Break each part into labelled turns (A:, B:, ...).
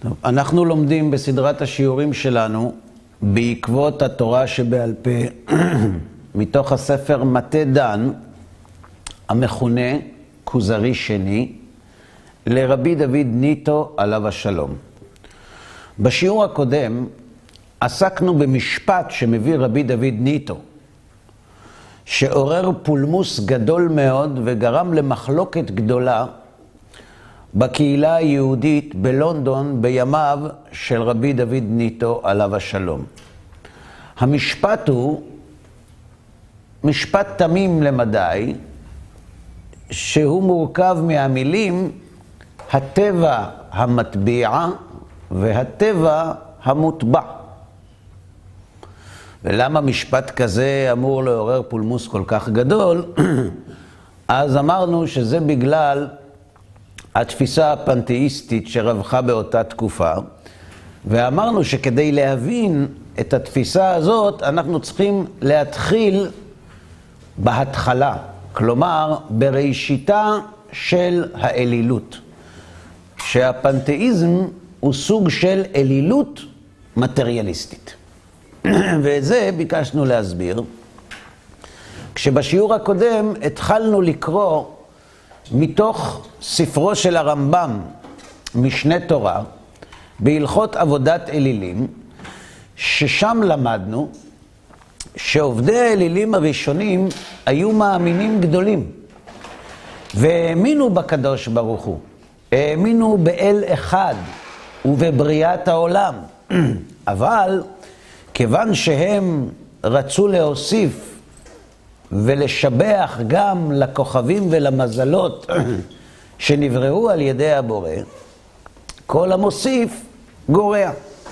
A: אנחנו לומדים בסדרת השיעורים שלנו בעקבות התורה שבעל פה מתוך הספר מטה דן המכונה כוזרי שני לרבי דוד ניטו עליו השלום. בשיעור הקודם עסקנו במשפט שמביא רבי דוד ניטו שעורר פולמוס גדול מאוד וגרם למחלוקת גדולה בקהילה היהודית בלונדון בימיו של רבי דוד ניטו עליו השלום. המשפט הוא משפט תמים למדי, שהוא מורכב מהמילים הטבע המטביע והטבע המוטבע. ולמה משפט כזה אמור לעורר פולמוס כל כך גדול? אז אמרנו שזה בגלל התפיסה הפנתאיסטית שרווחה באותה תקופה, ואמרנו שכדי להבין את התפיסה הזאת אנחנו צריכים להתחיל בהתחלה, כלומר בראשיתה של האלילות, שהפנתאיזם הוא סוג של אלילות מטריאליסטית. ואת זה ביקשנו להסביר כשבשיעור הקודם התחלנו לקרוא מתוך ספרו של הרמב"ם משנה תורה בהלכות עבודת אלילים, ששם למדנו שעובדי האלילים הראשונים היו מאמינים גדולים והאמינו בקדוש ברוך הוא, האמינו באל אחד ובבריאת העולם, אבל כיוון שהם רצו להוסיף ולשבח גם לכוכבים ולמזלות שנבראו על ידי הבורא, כל המוסיף גורע.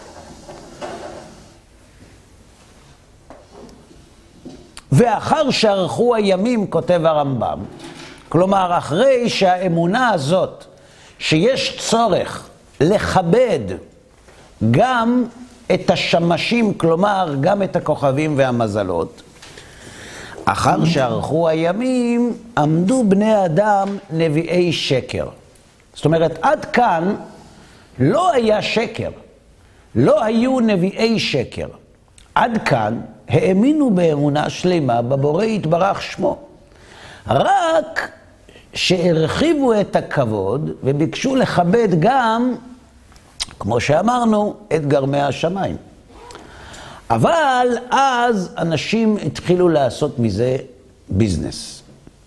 A: ואחר שערכו הימים, כותב הרמב"ם, כלומר אחרי שהאמונה הזאת שיש צורך לכבד גם את השמשים, כלומר גם את הכוכבים והמזלות, אחר שערכו הימים עמדו בני אדם נביאי שקר. זאת אומרת, עד כאן לא היה שקר, לא היו נביאי שקר. עד כאן האמינו באמונה שלמה בבורא יתברך שמו. רק שהרחיבו את הכבוד וביקשו לכבד גם, כמו שאמרנו, את גרמי השמיים. אבל אז אנשים התחילו לעשות מזה ביזנס.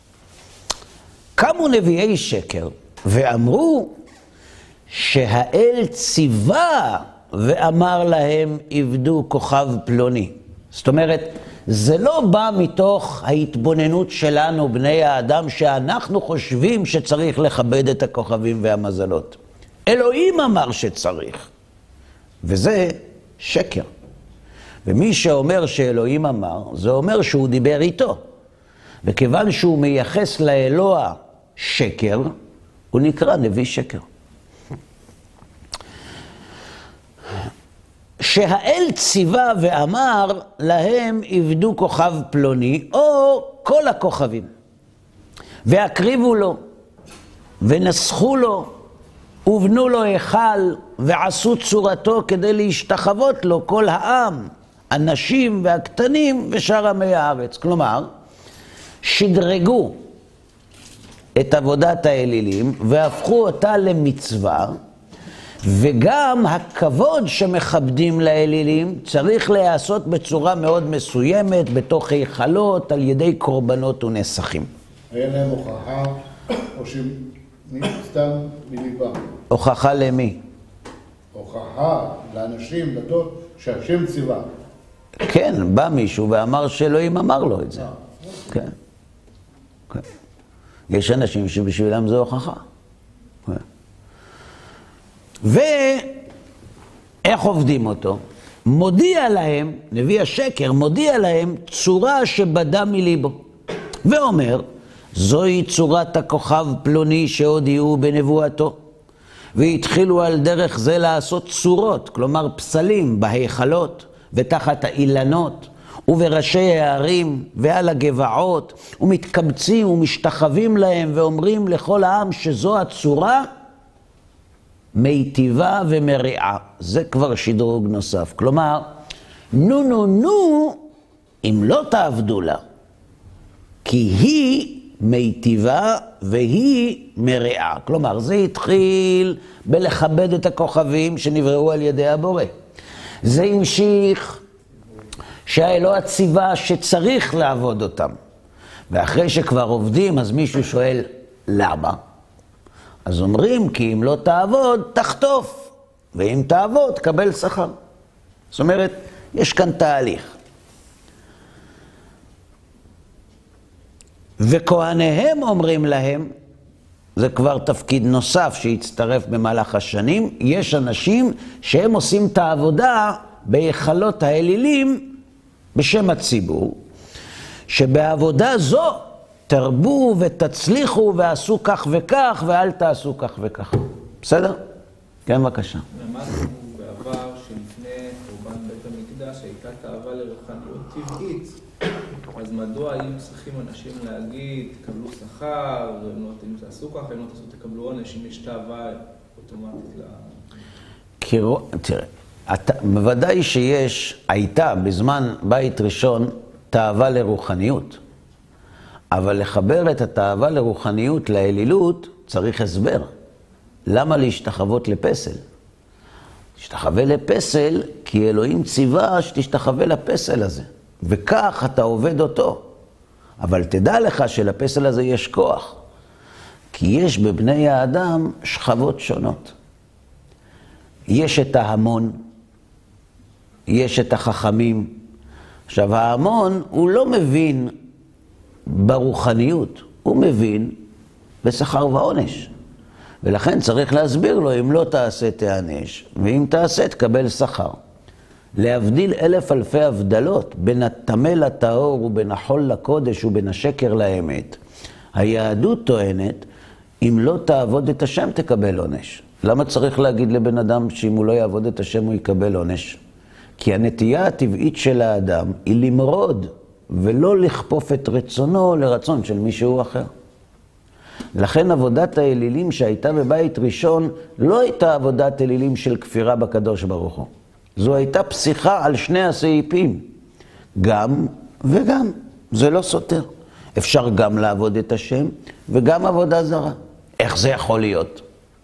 A: קמו נביאי שקר ואמרו שהאל ציווה ואמר להם עבדו כוכב פלוני. זאת אומרת, זה לא בא מתוך ההתבוננות שלנו בני האדם שאנחנו חושבים שצריך לכבד את הכוכבים והמזלות. אלוהים אמר שצריך, וזה שקר. ומי שאומר שאלוהים אמר, זה אומר שהוא דיבר איתו. וכיוון שהוא מייחס לאלוה שקר, הוא נקרא נביא שקר. שהאל ציווה ואמר להם עבדו כוכב פלוני, או כל הכוכבים, והקריבו לו, ונסחו לו, ובנו לו היכל, ועשו צורתו כדי להשתחוות לו כל העם, הנשים והקטנים ושאר עמי הארץ. כלומר, שדרגו את עבודת האלילים והפכו אותה למצווה, וגם הכבוד שמכבדים לאלילים צריך להיעשות בצורה מאוד מסוימת, בתוך היכלות, על ידי קורבנות ונסכים.
B: היה להם הוכחה, או סתם מליבה?
A: הוכחה למי?
B: הוכחה לאנשים, לדעות, שהשם ציווה.
A: כן, בא מישהו ואמר שאלוהים אמר לו את זה. כן. כן. יש אנשים שבשבילם זו הוכחה. כן. ואיך עובדים אותו? מודיע להם, נביא השקר, מודיע להם צורה שבדה מליבו. ואומר, זוהי צורת הכוכב פלוני שהודיעו בנבואתו. והתחילו על דרך זה לעשות צורות, כלומר פסלים בהיכלות ותחת האילנות ובראשי הערים ועל הגבעות, ומתקבצים ומשתחווים להם ואומרים לכל העם שזו הצורה מיטיבה ומריעה. זה כבר שדרוג נוסף. כלומר, נו, אם לא תעבדו לה, כי היא מיטיבה והיא מריעה. כלומר, זה התחיל בלכבד את הכוכבים שנבראו על ידי הבורא. זה המשיך שהאלוה ציווה שצריך לעבוד אותם. ואחרי שכבר עובדים, אז מישהו שואל, למה? אז אומרים, כי אם לא תעבוד, תחטוף. ואם תעבוד, קבל שכר. זאת אומרת, יש כאן תהליך. וכהניהם אומרים להם, זה כבר תפקיד נוסף שהצטרף במהלך השנים, יש אנשים שהם עושים את העבודה בהיכלות האלילים בשם הציבור, שבעבודה זו תרבו ותצליחו ועשו כך וכך ואל תעשו כך וכך. בסדר? כן, בבקשה.
C: למדנו בעבר שלפני קורבן בית המקדש הייתה תאווה לרוחניות טבעית. אז מדוע היו צריכים אנשים להגיד, תקבלו שכר, אם תעשו כך, אם לא תעשו תקבלו עונש, אם יש תאווה אוטומטית
A: תראה, בוודאי הייתה בזמן בית ראשון תאווה לרוחניות. אבל לחבר את התאווה לרוחניות לאלילות צריך הסבר. למה להשתחוות לפסל? תשתחווה לפסל כי אלוהים ציווה שתשתחווה לפסל הזה. וכך אתה עובד אותו. אבל תדע לך שלפסל הזה יש כוח. כי יש בבני האדם שכבות שונות. יש את ההמון, יש את החכמים. עכשיו ההמון הוא לא מבין ברוחניות, הוא מבין בשכר ועונש. ולכן צריך להסביר לו, אם לא תעשה תענש, ואם תעשה תקבל שכר. להבדיל אלף אלפי הבדלות בין הטמא לטהור ובין החול לקודש ובין השקר לאמת. היהדות טוענת, אם לא תעבוד את השם תקבל עונש. למה צריך להגיד לבן אדם שאם הוא לא יעבוד את השם הוא יקבל עונש? כי הנטייה הטבעית של האדם היא למרוד ולא לכפוף את רצונו לרצון של מישהו אחר. לכן עבודת האלילים שהייתה בבית ראשון לא הייתה עבודת אלילים של כפירה בקדוש ברוך הוא. זו הייתה פסיכה על שני הסעיפים, גם וגם, זה לא סותר. אפשר גם לעבוד את השם וגם עבודה זרה. איך זה יכול להיות?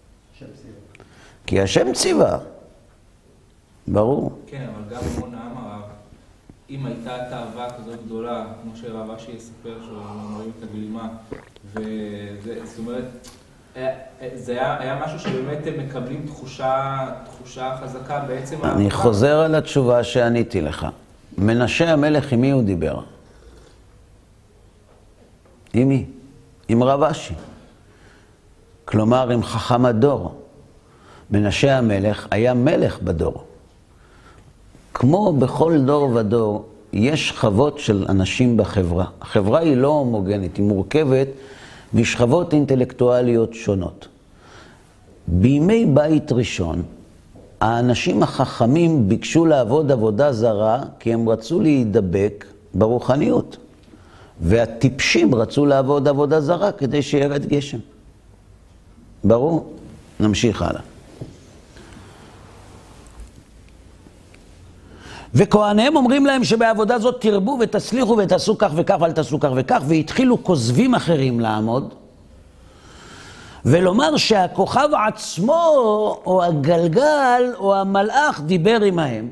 A: כי השם ציווה. ברור. כן,
C: אבל גם המון העם הרב, אם הייתה תאווה כזאת גדולה, כמו שרב אשי יספר שאומרים את הגלימה, זאת אומרת, זה היה משהו שבאמת הם מקבלים תחושה חזקה בעצם.
A: אני חוזר על התשובה שעניתי לך. מנשה המלך, עם מי הוא דיבר? עם מי? עם רב אשי. כלומר, עם חכם הדור. מנשה המלך היה מלך בדור. כמו בכל דור ודור, יש שכבות של אנשים בחברה. החברה היא לא הומוגנית, היא מורכבת משכבות אינטלקטואליות שונות. בימי בית ראשון, האנשים החכמים ביקשו לעבוד עבודה זרה, כי הם רצו להידבק ברוחניות. והטיפשים רצו לעבוד עבודה זרה כדי שירד גשם. ברור? נמשיך הלאה. וכהניהם אומרים להם שבעבודה זאת תרבו ותצליחו ותעשו כך וכך ואל תעשו כך וכך, והתחילו כוזבים אחרים לעמוד, ולומר שהכוכב עצמו או הגלגל או המלאך דיבר עמהם,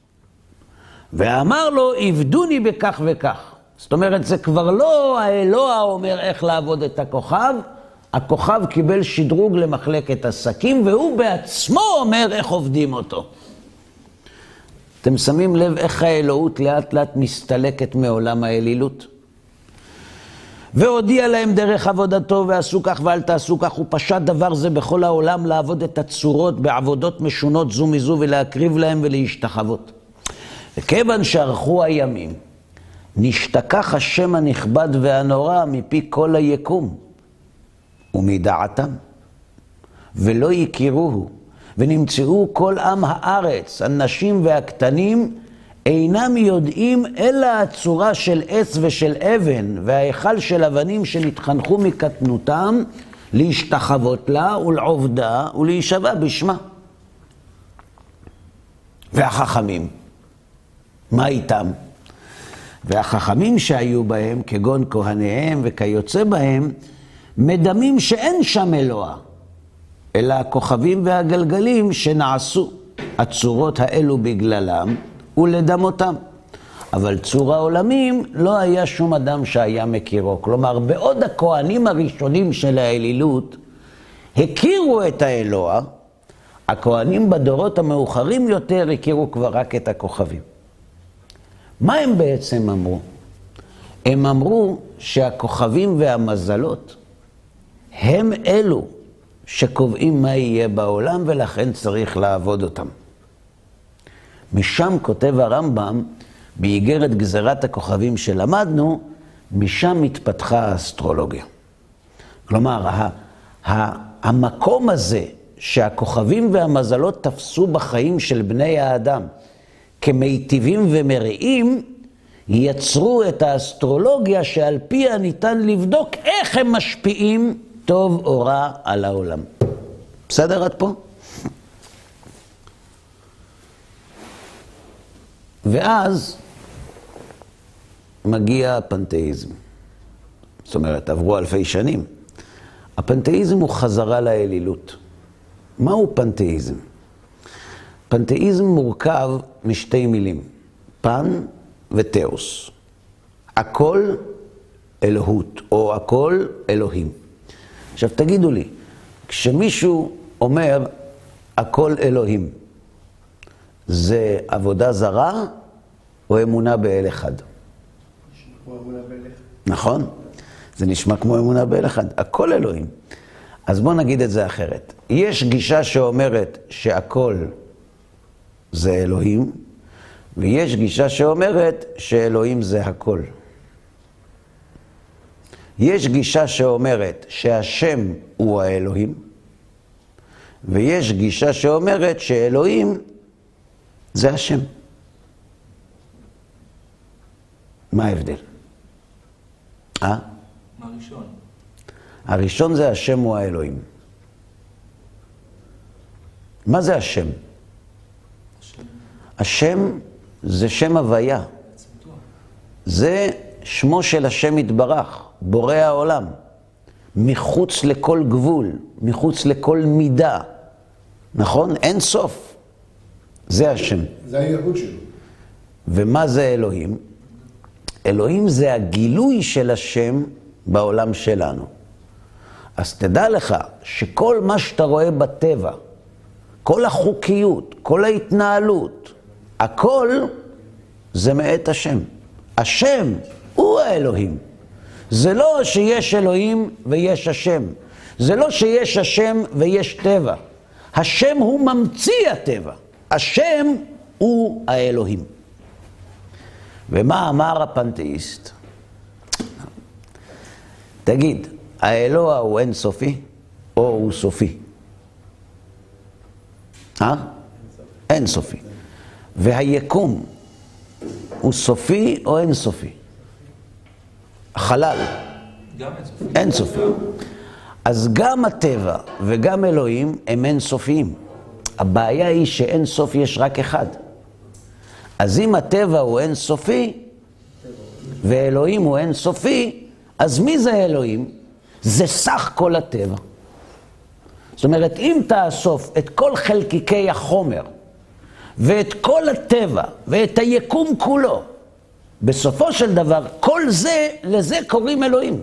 A: ואמר לו עבדוני בכך וכך. זאת אומרת, זה כבר לא האלוה אומר איך לעבוד את הכוכב, הכוכב קיבל שדרוג למחלקת עסקים, והוא בעצמו אומר איך עובדים אותו. אתם שמים לב איך האלוהות לאט לאט מסתלקת מעולם האלילות? והודיע להם דרך עבודתו ועשו כך ואל תעשו כך, הוא פשט דבר זה בכל העולם לעבוד את הצורות בעבודות משונות זו מזו ולהקריב להם ולהשתחוות. וכיוון שערכו הימים, נשתכח השם הנכבד והנורא מפי כל היקום ומדעתם, ולא יכירוהו. ונמצאו כל עם הארץ, הנשים והקטנים, אינם יודעים אלא הצורה של עץ ושל אבן, וההיכל של אבנים שנתחנכו מקטנותם, להשתחוות לה ולעובדה ולהישבע בשמה. והחכמים, מה איתם? והחכמים שהיו בהם, כגון כהניהם וכיוצא בהם, מדמים שאין שם אלוה, אלא הכוכבים והגלגלים שנעשו הצורות האלו בגללם ולדמותם. אבל צור העולמים לא היה שום אדם שהיה מכירו. כלומר, בעוד הכהנים הראשונים של האלילות הכירו את האלוה, הכהנים בדורות המאוחרים יותר הכירו כבר רק את הכוכבים. מה הם בעצם אמרו? הם אמרו שהכוכבים והמזלות הם אלו שקובעים מה יהיה בעולם, ולכן צריך לעבוד אותם. משם כותב הרמב"ם, באיגרת גזירת הכוכבים שלמדנו, משם התפתחה האסטרולוגיה. כלומר, המקום הזה שהכוכבים והמזלות תפסו בחיים של בני האדם כמיטיבים ומרעים, יצרו את האסטרולוגיה שעל פיה ניתן לבדוק איך הם משפיעים טוב או רע על העולם. בסדר עד פה? ואז מגיע הפנתאיזם. זאת אומרת, עברו אלפי שנים. הפנתאיזם הוא חזרה לאלילות. מהו פנתאיזם? פנתאיזם מורכב משתי מילים, פן ותאוס. הכל אלוהות, או הכל אלוהים. עכשיו תגידו לי, כשמישהו אומר הכל אלוהים, זה עבודה זרה או אמונה באל אחד?
B: כמו אמונה באל אחד.
A: נכון? זה נשמע כמו אמונה באל אחד. הכל אלוהים. אז בוא נגיד את זה אחרת. יש גישה שאומרת שהכל זה אלוהים, ויש גישה שאומרת שאלוהים זה הכל. יש גישה שאומרת שהשם הוא האלוהים, ויש גישה שאומרת שאלוהים זה השם. מה ההבדל?
C: מה הראשון?
A: הראשון זה השם הוא האלוהים. מה זה השם? השם זה שם הוויה. זה שמו של השם יתברך, בורא העולם. מחוץ לכל גבול, מחוץ לכל מידה. נכון? אין סוף. זה השם.
B: זה הייחוד שלו.
A: ומה זה אלוהים? אלוהים זה הגילוי של השם בעולם שלנו. אז תדע לך שכל מה שאתה רואה בטבע, כל החוקיות, כל ההתנהלות, הכל זה מאת השם. השם הוא האלוהים. זה לא שיש אלוהים ויש השם. זה לא שיש השם ויש טבע. השם הוא ממציא הטבע. השם הוא האלוהים. ומה אמר הפנתאיסט? תגיד, האלוה הוא אין סופי או הוא סופי? אין סופי. והיקום הוא סופי או אין סופי? החלל.
C: גם אין סופי.
A: אין סופי. אז גם הטבע וגם אלוהים הם אין סופיים. הבעיה היא שאין סוף יש רק אחד. אז אם הטבע הוא אין סופי ואלוהים הוא אין סופי, אז מי זה אלוהים? זה סך כל הטבע. זאת אומרת, אם תאסוף את כל חלקיקי החומר ואת כל הטבע ואת היקום כולו, בסופו של דבר, כל זה, לזה קוראים אלוהים.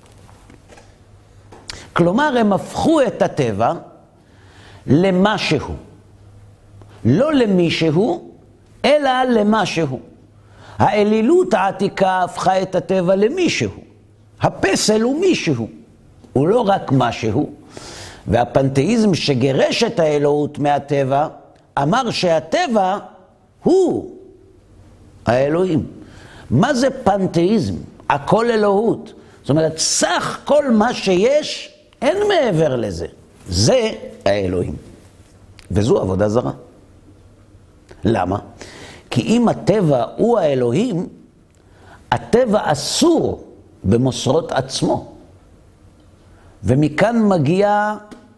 A: כלומר, הם הפכו את הטבע למשהו. לא למישהו, אלא למשהו. האלילות העתיקה הפכה את הטבע למישהו. הפסל הוא מישהו. הוא לא רק משהו. והפנתאיזם שגירש את האלוהות מהטבע, אמר שהטבע הוא האלוהים. מה זה פנתאיזם? הכל אלוהות. זאת אומרת, סך כל מה שיש, אין מעבר לזה. זה האלוהים. וזו עבודה זרה. למה? כי אם הטבע הוא האלוהים, הטבע אסור במוסרות עצמו. ומכאן מגיעה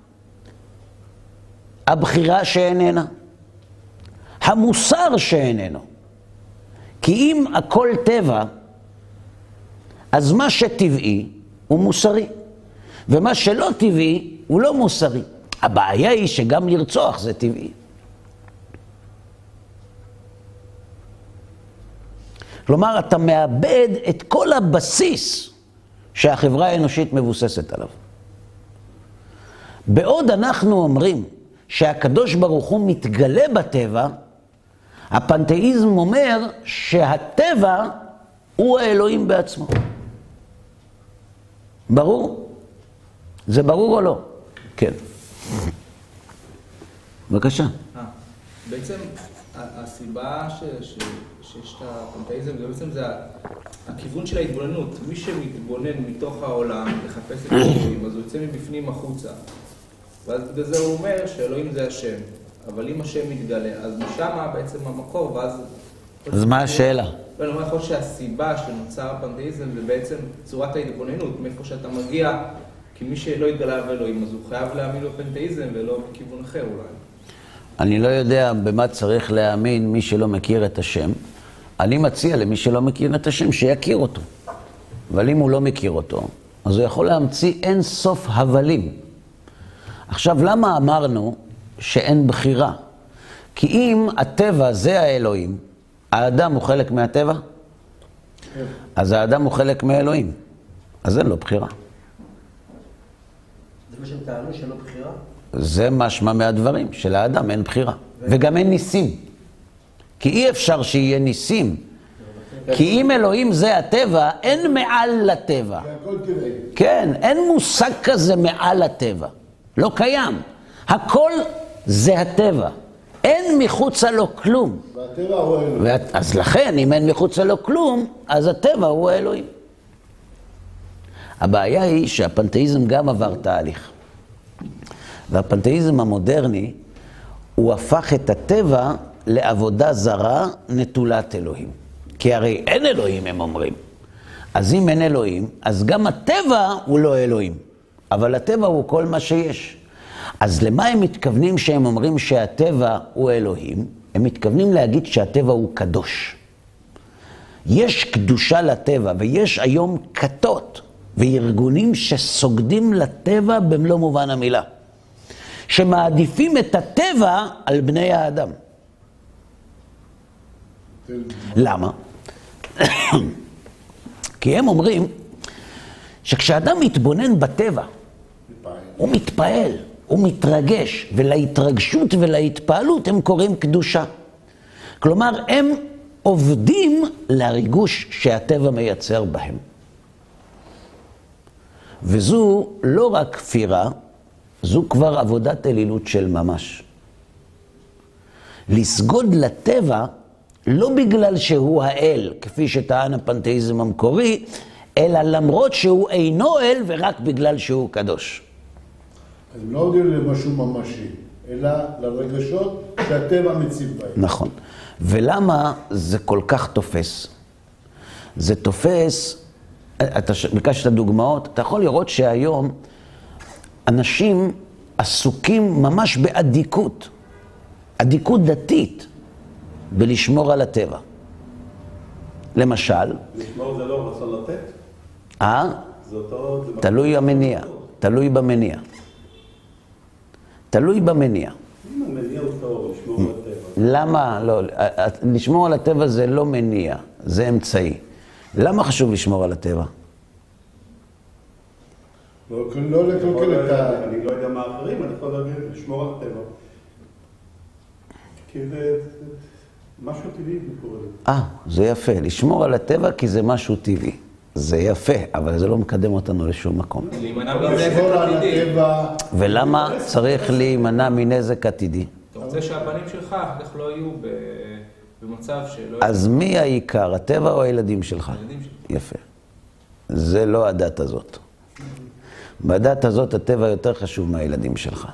A: הבחירה שאיננה, המוסר שאיננו. כי אם הכל טבע, אז מה שטבעי הוא מוסרי, ומה שלא טבעי הוא לא מוסרי. הבעיה היא שגם לרצוח זה טבעי. כלומר, אתה מאבד את כל הבסיס שהחברה האנושית מבוססת עליו. בעוד אנחנו אומרים שהקדוש ברוך הוא מתגלה בטבע, הפנתאיזם אומר שהטבע הוא האלוהים בעצמו. ברור? זה ברור או לא? כן. בבקשה.
C: בעצם הסיבה שיש את הפנתאיזם, בעצם זה הכיוון של ההתבוננות. מי שמתבונן מתוך העולם לחפש את אלוהים, אז הוא יוצא מבפנים החוצה. ואז בזה הוא אומר שאלוהים זה השם. אבל אם השם מתגלה, אז משם בעצם המקור, ואז...
A: אז מה השאלה?
C: ואני אומר לך שהסיבה שנוצר הפנתאיזם זה בעצם צורת ההתבוננות, מאיפה שאתה מגיע, כי מי שלא התגלה באלוהים, אז הוא חייב להאמין בפנתאיזם ולא בכיוון אחר אולי.
A: אני לא יודע במה צריך להאמין מי שלא מכיר את השם. אני מציע למי שלא מכיר את השם שיכיר אותו. אבל אם הוא לא מכיר אותו, אז הוא יכול להמציא אין סוף הבלים. עכשיו, למה אמרנו שאין בחירה? כי אם הטבע זה האלוהים, האדם הוא חלק מהטבע, אז האדם הוא חלק מהאלוהים. אז אין לו בחירה.
B: זה מה שהם טענו, שאין לו בחירה?
A: זה משמע מהדברים, שלאדם אין בחירה. וגם אין ניסים. כי אי אפשר שיהיה ניסים. כי אם אלוהים זה הטבע, אין מעל לטבע.
B: הכל טבעי.
A: כן, אין מושג כזה מעל הטבע. לא קיים. הכל זה הטבע. אין מחוצה לו כלום.
B: והטבע הוא האלוהים.
A: אז לכן, אם אין מחוצה לו כלום, אז הטבע הוא האלוהים. הבעיה היא שהפנתאיזם גם עבר תהליך. והפנתאיזם המודרני, הוא הפך את הטבע לעבודה זרה נטולת אלוהים. כי הרי אין אלוהים, הם אומרים. אז אם אין אלוהים, אז גם הטבע הוא לא אלוהים. אבל הטבע הוא כל מה שיש. אז למה הם מתכוונים שהם אומרים שהטבע הוא אלוהים? הם מתכוונים להגיד שהטבע הוא קדוש. יש קדושה לטבע, ויש היום כתות וארגונים שסוגדים לטבע במלוא מובן המילה. שמעדיפים את הטבע על בני האדם. למה? כי הם אומרים שכשאדם מתבונן בטבע, הוא מתפעל, הוא מתרגש, ולהתרגשות ולהתפעלות הם קוראים קדושה. כלומר, הם עובדים לריגוש שהטבע מייצר בהם. וזו לא רק כפירה, זו כבר עבודת אלילות של ממש. לסגוד לטבע לא בגלל שהוא האל, כפי שטען הפנתאיזם המקורי, אלא למרות שהוא אינו אל ורק בגלל שהוא קדוש.
B: אז הם לא עובדים למשהו ממשי, אלא לרגשות שהטבע מציב בהם.
A: נכון. ולמה זה כל כך תופס? זה תופס, אתה ביקשת דוגמאות, אתה יכול לראות שהיום אנשים עסוקים ממש באדיקות, אדיקות דתית, בלשמור על הטבע. למשל...
D: לשמור זה לא רצון לתת? זה אותו...
A: תלוי המניע, תלוי במניע. תלוי במניע.
D: אם המניע הוא טוב, לשמור על הטבע.
A: למה? לא, לשמור על הטבע זה לא מניע, זה אמצעי. למה חשוב לשמור על הטבע?
B: לא לקלקל את ה...
D: אני לא יודע מה אחרים, אני יכול להגיד לשמור על הטבע. כי זה משהו טבעי מקורה לי.
A: זה יפה. לשמור על הטבע כי זה משהו טבעי. זה יפה, אבל זה לא מקדם אותנו לשום מקום.
C: להימנע מנזק עתידי.
A: ולמה צריך להימנע מנזק עתידי?
C: אתה רוצה שהבנים שלך אחר כך לא יהיו במצב שלא...
A: אז מי העיקר, הטבע או הילדים שלך?
C: הילדים שלך.
A: יפה. זה לא הדת הזאת. בדת הזאת הטבע יותר חשוב מהילדים שלך.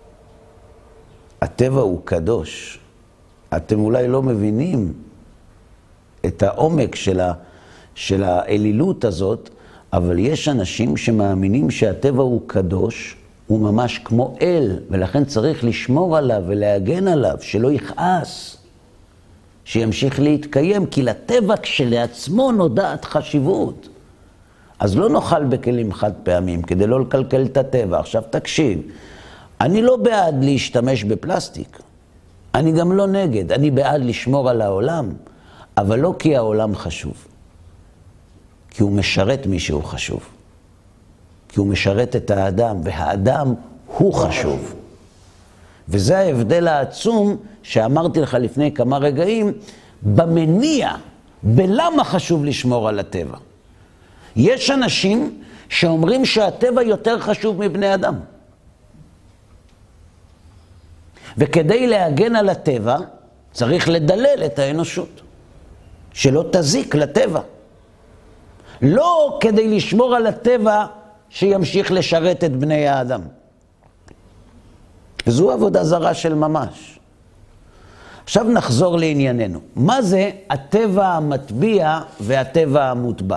A: הטבע הוא קדוש. אתם אולי לא מבינים את העומק של האלילות הזאת, אבל יש אנשים שמאמינים שהטבע הוא קדוש, הוא ממש כמו אל, ולכן צריך לשמור עליו ולהגן עליו, שלא יכעס, שימשיך להתקיים, כי לטבע כשלעצמו נודעת חשיבות. אז לא נאכל בכלים חד פעמים, כדי לא לקלקל את הטבע. עכשיו תקשיב, אני לא בעד להשתמש בפלסטיק, אני גם לא נגד, אני בעד לשמור על העולם, אבל לא כי העולם חשוב, כי הוא משרת מישהו חשוב, כי הוא משרת את האדם, והאדם הוא חשוב. וזה ההבדל העצום שאמרתי לך לפני כמה רגעים, במניע, בלמה חשוב לשמור על הטבע. יש אנשים שאומרים שהטבע יותר חשוב מבני אדם. וכדי להגן על הטבע, צריך לדלל את האנושות, שלא תזיק לטבע. לא כדי לשמור על הטבע שימשיך לשרת את בני האדם. וזו עבודה זרה של ממש. עכשיו נחזור לענייננו. מה זה הטבע המטביע והטבע המוטבע?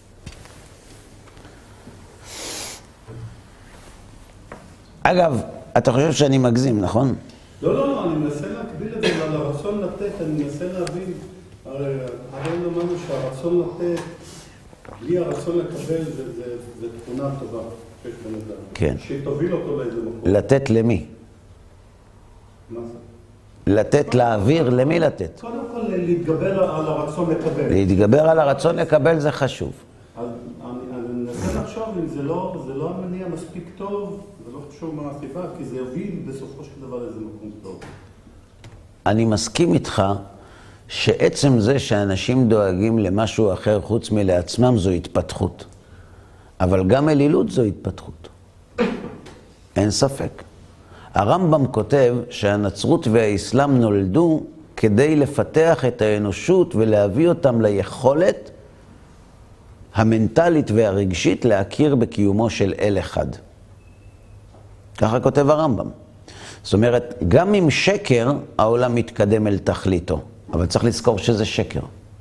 A: אגב, אתה חושב שאני מגזים, נכון?
D: לא, אני מנסה להקביל את זה על הרצון לתת, אני מנסה להבין, הרי אמרנו שהרצון לתת, בלי הרצון לקבל, זה תכונה טובה שיש בן אדם.
A: כן.
D: שתוביל אותו לאיזה מקום.
A: לתת למי?
D: מה זה?
A: לתת לאוויר, למי לתת?
D: קודם כל, להתגבר על הרצון לקבל.
A: להתגבר על הרצון לקבל זה חשוב.
D: אני מנסה לחשוב אם זה לא המניע מספיק טוב, זה לא חשוב מה הסיבה, כי זה יוביל בסופו של דבר איזה מקום טוב.
A: אני מסכים איתך שעצם זה שאנשים דואגים למשהו אחר חוץ מלעצמם זו התפתחות. אבל גם אלילות זו התפתחות. אין ספק. הרמב"ם כותב שהנצרות והאסלאם נולדו כדי לפתח את האנושות ולהביא אותם ליכולת המנטלית והרגשית להכיר בקיומו של אל אחד. ככה כותב הרמב"ם. זאת אומרת, גם עם שקר העולם מתקדם אל תכליתו, אבל צריך לזכור שזה שקר.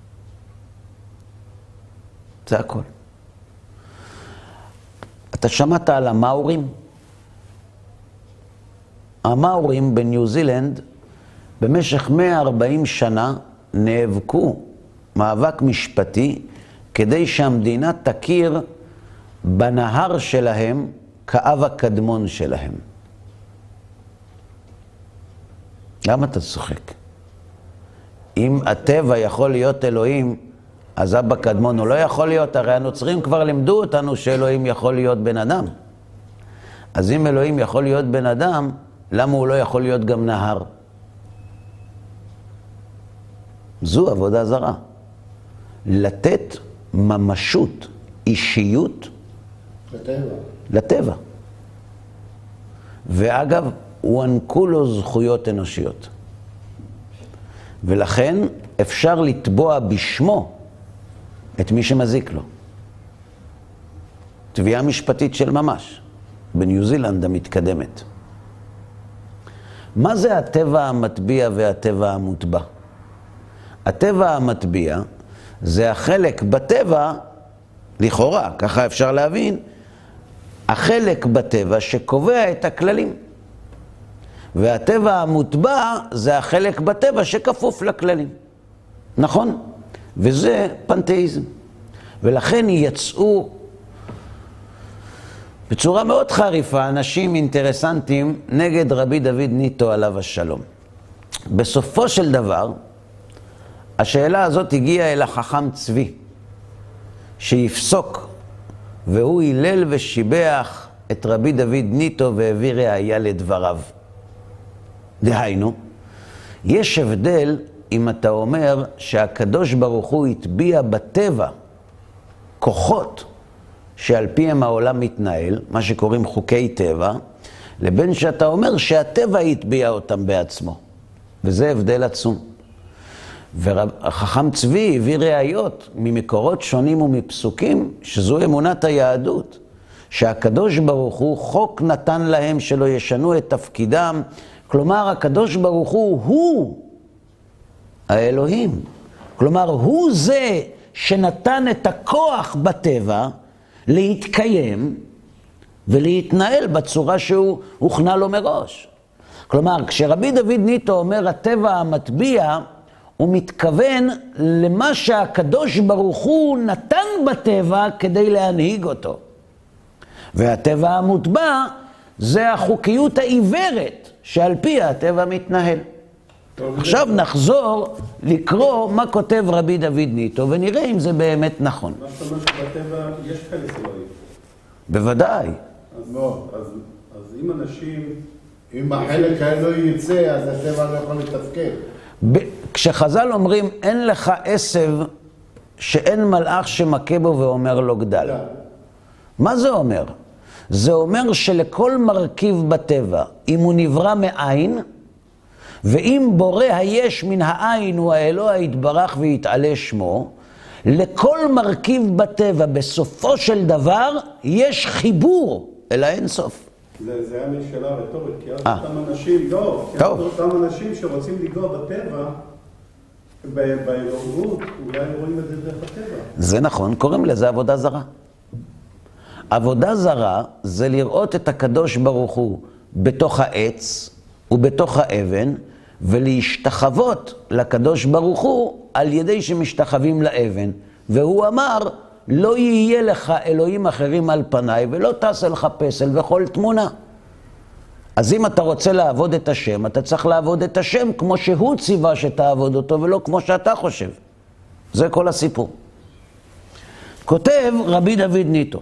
A: זה הכל. אתה שמעת על המאורים? המאורים בניו זילנד במשך 140 שנה נאבקו מאבק משפטי כדי שהמדינה תכיר בנהר שלהם כאב הקדמון שלהם. למה אתה צוחק? אם הטבע יכול להיות אלוהים, אז אבא קדמון הוא לא יכול להיות, הרי הנוצרים כבר לימדו אותנו שאלוהים יכול להיות בן אדם. אז אם אלוהים יכול להיות בן אדם, למה הוא לא יכול להיות גם נהר? זו עבודה זרה. לתת ממשות, אישיות לטבע. ואגב, הוענקו לו זכויות אנושיות. ולכן אפשר לתבוע בשמו את מי שמזיק לו. תביעה משפטית של ממש, בניו זילנד המתקדמת. מה זה הטבע המטביע והטבע המוטבע? הטבע המטביע זה החלק בטבע, לכאורה, ככה אפשר להבין, החלק בטבע שקובע את הכללים. והטבע המוטבע זה החלק בטבע שכפוף לכללים. נכון? וזה פנתאיזם. ולכן יצאו בצורה מאוד חריפה אנשים אינטרסנטים נגד רבי דוד ניטו עליו השלום. בסופו של דבר, השאלה הזאת הגיעה אל החכם צבי, שיפסוק, והוא הילל ושיבח את רבי דוד ניטו והביא ראיה לדבריו. דהיינו, יש הבדל אם אתה אומר שהקדוש ברוך הוא הטביע בטבע כוחות שעל פיהם העולם מתנהל, מה שקוראים חוקי טבע, לבין שאתה אומר שהטבע הטביע אותם בעצמו. וזה הבדל עצום. והחכם צבי הביא ראיות ממקורות שונים ומפסוקים, שזו אמונת היהדות, שהקדוש ברוך הוא חוק נתן להם שלא ישנו את תפקידם, כלומר הקדוש ברוך הוא האלוהים. כלומר הוא זה שנתן את הכוח בטבע, להתקיים ולהתנהל בצורה שהוא הוכנה לו מראש. כלומר, כשרבי דוד ניטו אומר הטבע המטביע, הוא מתכוון למה שהקדוש ברוך הוא נתן בטבע כדי להנהיג אותו. והטבע המוטבע זה החוקיות העיוורת שעל פיה הטבע מתנהל. עכשיו נחזור לקרוא מה כותב רבי דוד ניטו ונראה אם זה באמת נכון.
D: מה זאת אומרת שבטבע יש כאלה סלעים?
A: בוודאי.
D: אז אם אנשים...
B: אם החלק האלוהי יצא, אז הטבע לא יכול לתפקד.
A: כשחז"ל אומרים, אין לך עשב שאין מלאך שמכה בו ואומר לו גדל. מה זה אומר? זה אומר שלכל מרכיב בטבע, אם הוא נברא מאין, ואם בורא היש מן העין הוא האלוה יתברך ויתעלה שמו, לכל מרכיב בטבע בסופו של דבר יש חיבור אל האין סוף.
D: זה היה משאלה רטורית, כי אז אותם אנשים, אותם אנשים שרוצים לגוע בטבע, באלוהות, אולי רואים את זה דרך הטבע.
A: זה נכון, קוראים לזה עבודה זרה. עבודה זרה זה לראות את הקדוש ברוך הוא בתוך העץ ובתוך האבן, ולהשתחוות לקדוש ברוך הוא על ידי שמשתחווים לאבן. והוא אמר, לא יהיה לך אלוהים אחרים על פניי, ולא תעשה לך פסל וכל תמונה. אז אם אתה רוצה לעבוד את השם, אתה צריך לעבוד את השם כמו שהוא ציווה שתעבוד אותו, ולא כמו שאתה חושב. זה כל הסיפור. כותב רבי דוד ניטו,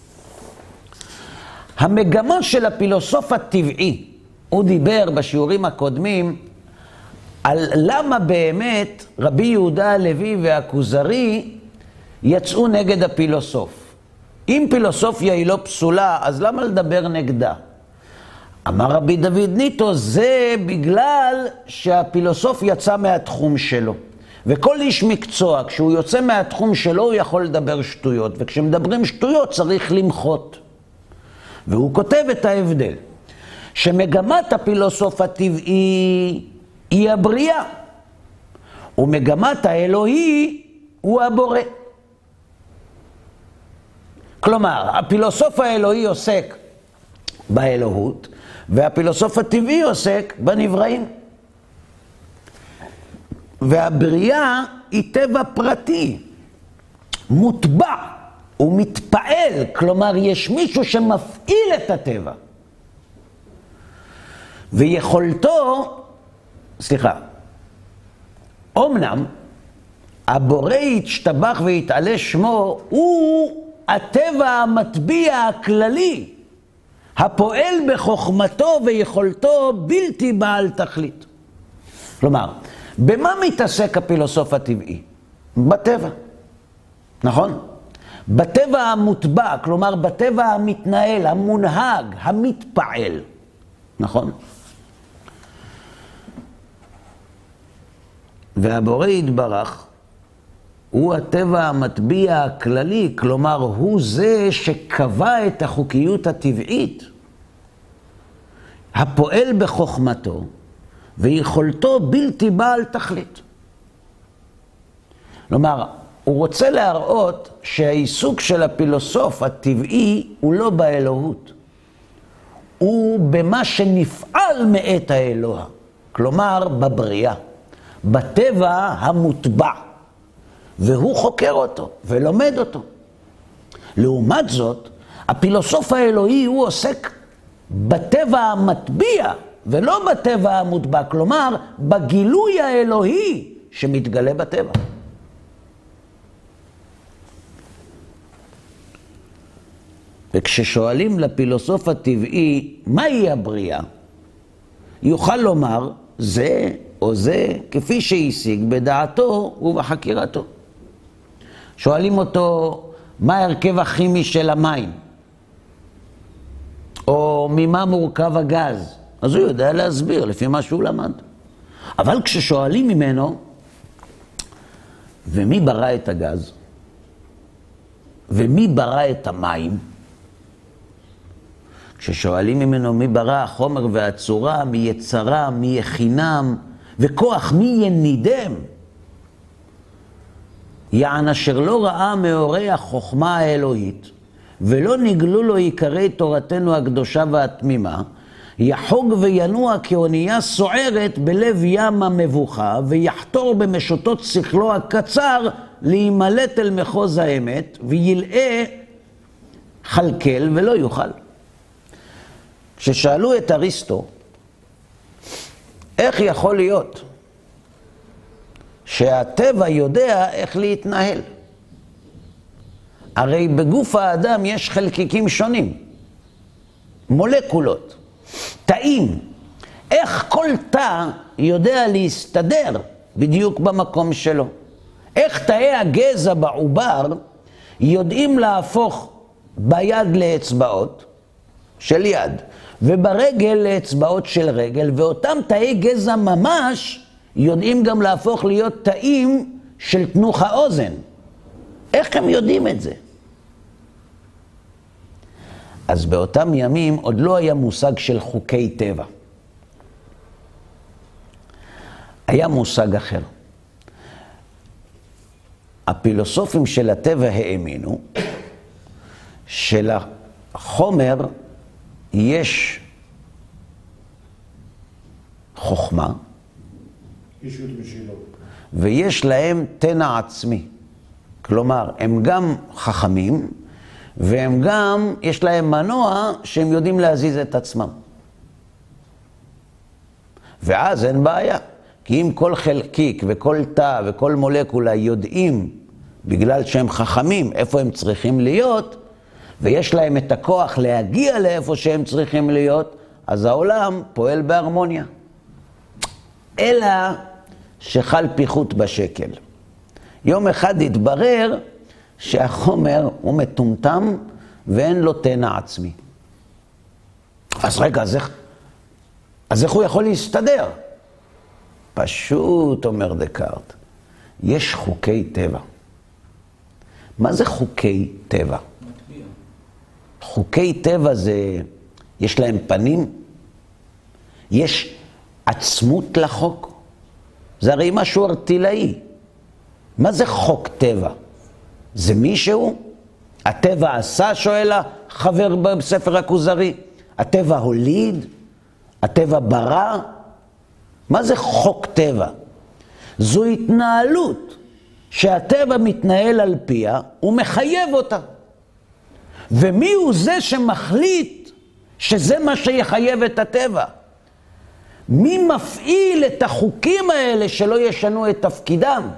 A: המגמה של הפילוסוף הטבעי, הוא דיבר בשיעורים הקודמים, על למה באמת רבי יהודה הלוי והכוזרי יצאו נגד הפילוסוף. אם פילוסופיה היא לא פסולה, אז למה לדבר נגדה? אמר רבי דוד ניטו, זה בגלל שהפילוסוף יצא מהתחום שלו. וכל איש מקצוע, כשהוא יוצא מהתחום שלו, הוא יכול לדבר שטויות. וכשמדברים שטויות צריך למחות. והוא כותב את ההבדל, שמגמת הפילוסוף הטבעי היא הבריאה, ומגמת האלוהי הוא הבורא. כלומר, הפילוסוף האלוהי עוסק באלוהות, והפילוסוף הטבעי עוסק בנבראים. והבריאה היא טבע פרטי, מוטבע, הוא מתפעל, כלומר יש מישהו שמפעיל את הטבע. ויכולתו, אומנם הבורא יתשתבח ויתעלה שמו, הוא הטבע המטביע הכללי, הפועל בחוכמתו ויכולתו בלתי בעל תכלית. כלומר, במה מתעסק הפילוסוף הטבעי? בטבע, נכון? בטבע המוטבע, כלומר בטבע המתנהל, המונהג, המתפעל, נכון? והבורא יתברך הוא הטבע המטביע הכללי, כלומר הוא זה שקבע את החוקיות הטבעית, הפועל בחוכמתו ויכולתו בלתי בעל תכלית. כלומר, הוא רוצה להראות שהעיסוק של הפילוסוף הטבעי הוא לא באלוהות, הוא במה שנפעל מאת האלוה, כלומר בבריאה, בטבע המוטבע, והוא חוקר אותו ולומד אותו. לעומת זאת, הפילוסוף האלוהי הוא עוסק בטבע המטביע ולא בטבע המוטבע, כלומר בגילוי האלוהי שמתגלה בטבע. וכששואלים לפילוסוף הטבעי מהי הבריאה, יוכל לומר זה או זה כפי שהשיג בדעתו ובחקירתו. שואלים אותו מה ההרכב הכימי של המים, או ממה מורכב הגז, אז הוא יודע להסביר לפי מה שהוא למד. אבל כששואלים ממנו ומי ברא את הגז ומי ברא את המים, כששואלים ממנו מי ברא החומר והצורה, מי יצרה, מי יכינם, וכוח מי ינידם, יען אשר לא ראה מאורי החוכמה האלוהית, ולא נגלו לו עיקרי תורתנו הקדושה והתמימה, יחוג וינוע כאונייה סוערת בלב ים המבוכה, ויחתור במשוטות שכלו הקצר להימלט אל מחוז האמת, וילאה חלקל ולא יוכל. כששאלו את אריסטו, איך יכול להיות שהטבע יודע איך להתנהל? הרי בגוף האדם יש חלקיקים שונים, מולקולות, תאים. איך כל תא יודע להסתדר בדיוק במקום שלו? איך תאי הגזע בעובר יודעים להפוך ביד לאצבעות של יד, וברגל לאצבעות של רגל, ואותם תאי גזע ממש יודעים גם להפוך להיות תאים של תנוך האוזן. איך הם יודעים את זה? אז באותם ימים עוד לא היה מושג של חוקי טבע. היה מושג אחר. הפילוסופים של הטבע האמינו שלחומר יש חוכמה,
B: אישות משילו.
A: ויש להם תנע עצמי. כלומר, הם גם חכמים, והם גם, יש להם מנוע שהם יודעים להזיז את עצמם. ואז אין בעיה. כי אם כל חלקיק וכל תא וכל מולקולה יודעים, בגלל שהם חכמים, איפה הם צריכים להיות, ויש להם את הכוח להגיע לאיפה שהם צריכים להיות, אז העולם פועל בהרמוניה. אלא שחל פיחות בשקל. יום אחד התברר שהחומר הוא מטומטם ואין לו תנע עצמי. אז רגע, אז איך הוא יכול להסתדר? פשוט, אומר דקארט, יש חוקי טבע. מה זה חוקי טבע? חוקי טבע זה, יש להם פנים? יש עצמות לחוק? זה הרי משהו ארטילאי. מה זה חוק טבע? זה מישהו? הטבע עשה, שואל החבר בספר הכוזרי. הטבע הוליד? הטבע ברא? מה זה חוק טבע? זו התנהלות שהטבע מתנהל על פיה ומחייב אותה. ומי הוא זה שמחליט שזה מה שיחייב את הטבע? מי מפעיל את החוקים האלה שלא ישנו את תפקידם?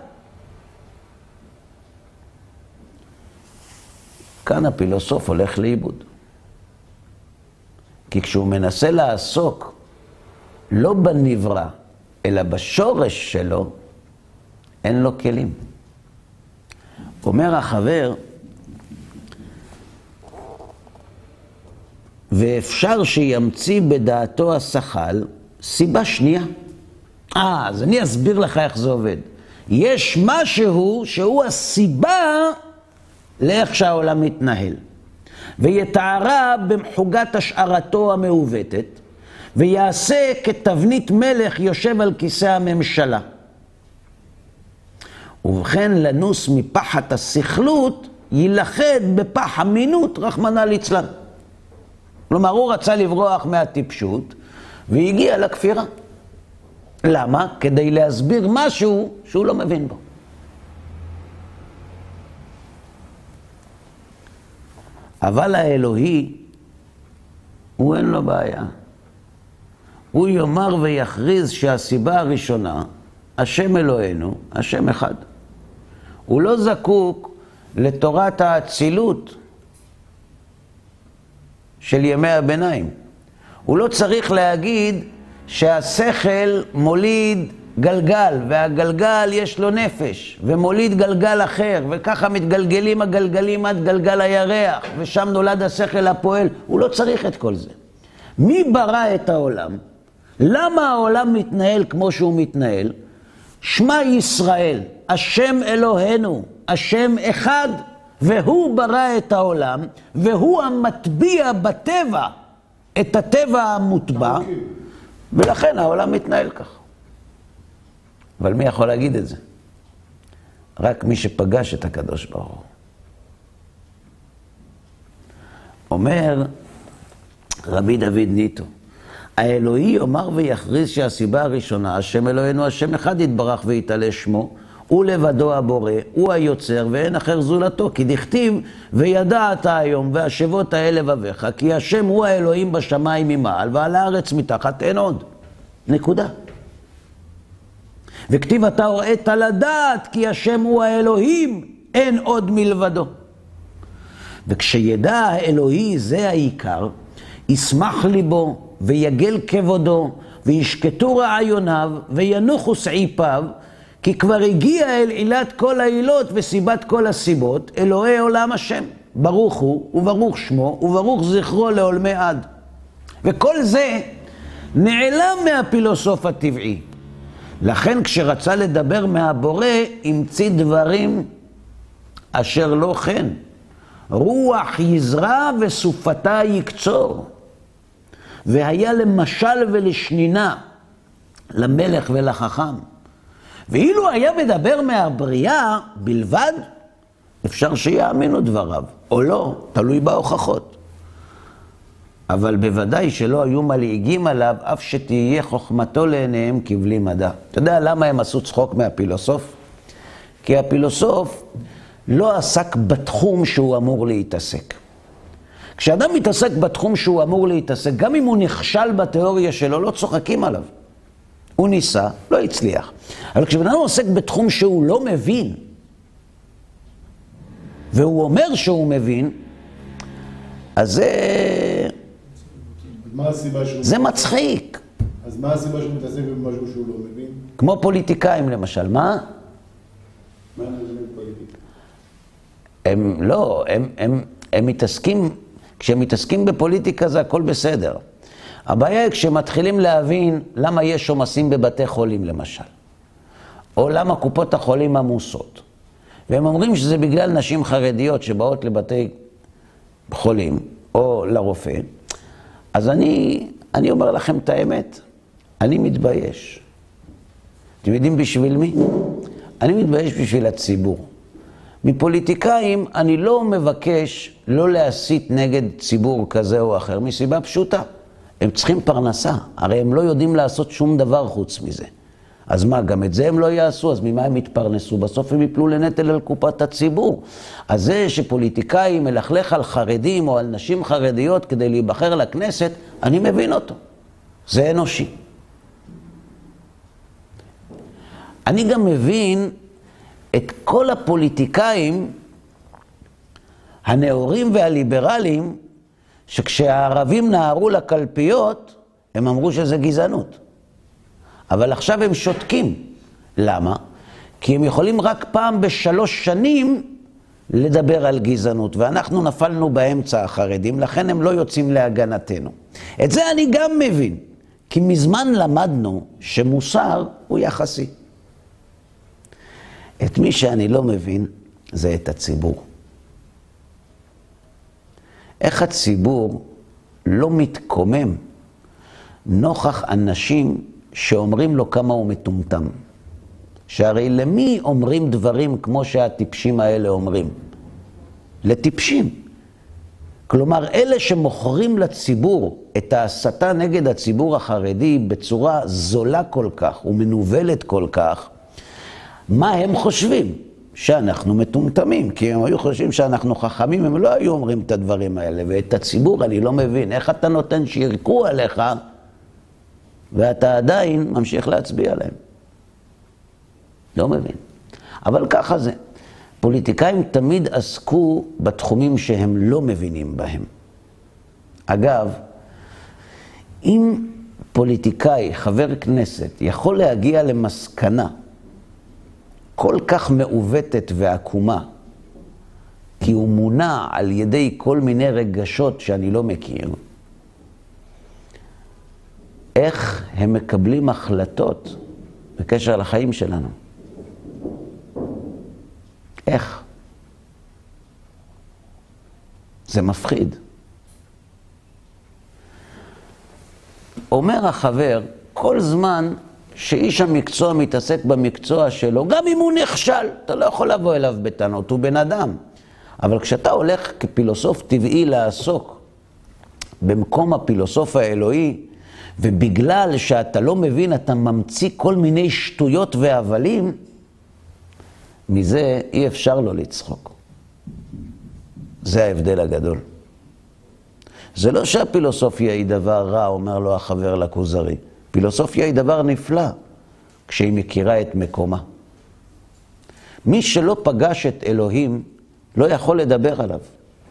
A: כאן הפילוסוף הולך לאיבוד. כי כשהוא מנסה לעסוק לא בנברא, אלא בשורש שלו, אין לו כלים. אומר החבר, ואפשר שימציא בדעתו השכל סיבה שנייה. אז אני אסביר לך איך זה עובד. יש משהו שהוא הסיבה לאיך שהעולם מתנהל. ויתארה במחוגת השערתו המעוותת, ויעשה כתבנית מלך יושב על כיסא הממשלה. ובכן לנוס מפחת השכלות ילחד בפח אמינות רחמנא ליצלן. כלומר, הוא רצה לברוח מהטיפשות והגיע לכפירה. למה? כדי להסביר משהו שהוא לא מבין בו. אבל האלוהי, הוא אין לו בעיה. הוא יאמר ויכריז שהסיבה הראשונה, השם אלוהינו, השם אחד. הוא לא זקוק לתורת האצילות של ימי הביניים. הוא לא צריך להגיד שהשכל מוליד גלגל, והגלגל יש לו נפש, ומוליד גלגל אחר, וככה מתגלגלים הגלגלים עד גלגל הירח, ושם נולד השכל הפועל. הוא לא צריך את כל זה. מי ברא את העולם? למה העולם מתנהל כמו שהוא מתנהל? שמע ישראל, השם אלוהינו, השם אחד, והוא ברא את העולם, והוא המטביע בטבע, את הטבע המוטבע, ולכן העולם מתנהל כך. אבל מי יכול להגיד את זה? רק מי שפגש את הקדוש ברוך הוא. אומר רבי דוד ניטו, האלוהי יאמר ויכריז שהסיבה הראשונה, השם אלוהינו, השם אחד יתברך ויתעלה שמו, הוא לבדו הבורא, הוא היוצר ואין אחר זולתו, כי דכתיב וידעת היום והשבות האלה לבביך, כי השם הוא האלוהים בשמיים ממעל ועל הארץ מתחת אין עוד. נקודה. וכתיב אתה הוראת לדעת כי השם הוא האלוהים, אין עוד מלבדו. וכשידע האלוהי זה העיקר, ישמח ליבו ויגל כבודו וישקטו רעיוניו וינוחו סעיפיו, כי כבר הגיע אל עילת כל העילות וסיבת כל הסיבות, אלוהי עולם השם. ברוך הוא וברוך שמו וברוך זכרו לעולמי עד. וכל זה נעלם מהפילוסוף הטבעי. לכן כשרצה לדבר מהבורא, המציא דברים אשר לא כן. רוח יזרע וסופתה יקצור. והיה למשל ולשנינה, למלך ולחכם. ואילו היה מדבר מהבריאה בלבד, אפשר שיאמינו דבריו, או לא, תלוי בהוכחות. אבל בוודאי שלא היו מלעיגים עליו, אף שתהיה חוכמתו לעיניהם כבלי מדע. אתה יודע למה הם עשו צחוק מהפילוסוף? כי הפילוסוף לא עסק בתחום שהוא אמור להתעסק. כשאדם מתעסק בתחום שהוא אמור להתעסק, גם אם הוא נכשל בתיאוריה שלו, לא צוחקים עליו. הוא ניסה, לא הצליח. אבל כשבן אדם עוסק בתחום שהוא לא מבין, והוא אומר שהוא מבין, אז זה מצחיק.
B: אז מה הסיבה שהוא מתעסק במשהו שהוא לא מבין?
A: כמו פוליטיקאים למשל, מה?
D: מה הם פוליטיקאים?
A: הם לא, הם מתעסקים, כשהם מתעסקים בפוליטיקה זה הכל בסדר. הבעיה היא כשמתחילים להבין למה יש עומסים בבתי חולים למשל, או למה קופות החולים עמוסות. והם אומרים שזה בגלל נשים חרדיות שבאות לבתי חולים או לרופא. אז אני אומר לכם את האמת, אני מתבייש. אתם יודעים בשביל מי? אני מתבייש בשביל הציבור. מפוליטיקאים אני לא מבקש לא להסית נגד ציבור כזה או אחר, מסיבה פשוטה. הם צריכים פרנסה, הרי הם לא יודעים לעשות שום דבר חוץ מזה. אז מה, גם את זה הם לא יעשו, אז ממה הם יתפרנסו? בסוף הם יפלו לנטל על קופת הציבור. אז זה שפוליטיקאי מלכלך על חרדים או על נשים חרדיות כדי להיבחר לכנסת, אני מבין אותו. זה אנושי. אני גם מבין את כל הפוליטיקאים הנאורים והליברליים, שכשהערבים נהרו לקלפיות, הם אמרו שזה גזענות. אבל עכשיו הם שותקים. למה? כי הם יכולים רק פעם ב3 שנים לדבר על גזענות, ואנחנו נפלנו באמצע החרדים, לכן הם לא יוצאים להגנתנו. את זה אני גם מבין, כי מזמן למדנו שמוסר הוא יחסי. את מי שאני לא מבין זה את הציבור. איך הציבור לא מתקומם נוכח אנשים שאומרים לו כמה הוא מטומטם? שהרי למי אומרים דברים כמו שהטיפשים האלה אומרים? לטיפשים. כלומר, אלה שמוכרים לציבור את ההסתה נגד הציבור החרדי בצורה זולה כל כך ומנובלת כל כך, מה הם חושבים? שאנחנו מטומטמים, כי הם היו חושבים שאנחנו חכמים, הם לא היו אומרים את הדברים האלה. ואת הציבור אני לא מבין, איך אתה נותן שירקו עליך, ואתה עדיין ממשיך להצביע עליהם. לא מבין. אבל ככה זה. פוליטיקאים תמיד עסקו בתחומים שהם לא מבינים בהם. אגב, אם פוליטיקאי, חבר כנסת, יכול להגיע למסקנה כל כך מעוותת ועקומה, כי הוא מונע על ידי כל מיני רגשות שאני לא מכיר, איך הם מקבלים החלטות בקשר לחיים שלנו? איך? זה מפחיד. אומר החבר, כל זמן שאיש המקצוע מתעסק במקצוע שלו, גם אם הוא נכשל, אתה לא יכול לבוא אליו בטענות, הוא בן אדם. אבל כשאתה הולך כפילוסוף טבעי לעסוק במקום הפילוסוף האלוהי, ובגלל שאתה לא מבין, אתה ממציא כל מיני שטויות והבלים, מזה אי אפשר לא לצחוק. זה ההבדל הגדול. זה לא שהפילוסופיה היא דבר רע, אומר לו החבר לכוזרי. פילוסופיה היא דבר נפלא, כשהיא מכירה את מקומה. מי שלא פגש את אלוהים, לא יכול לדבר עליו.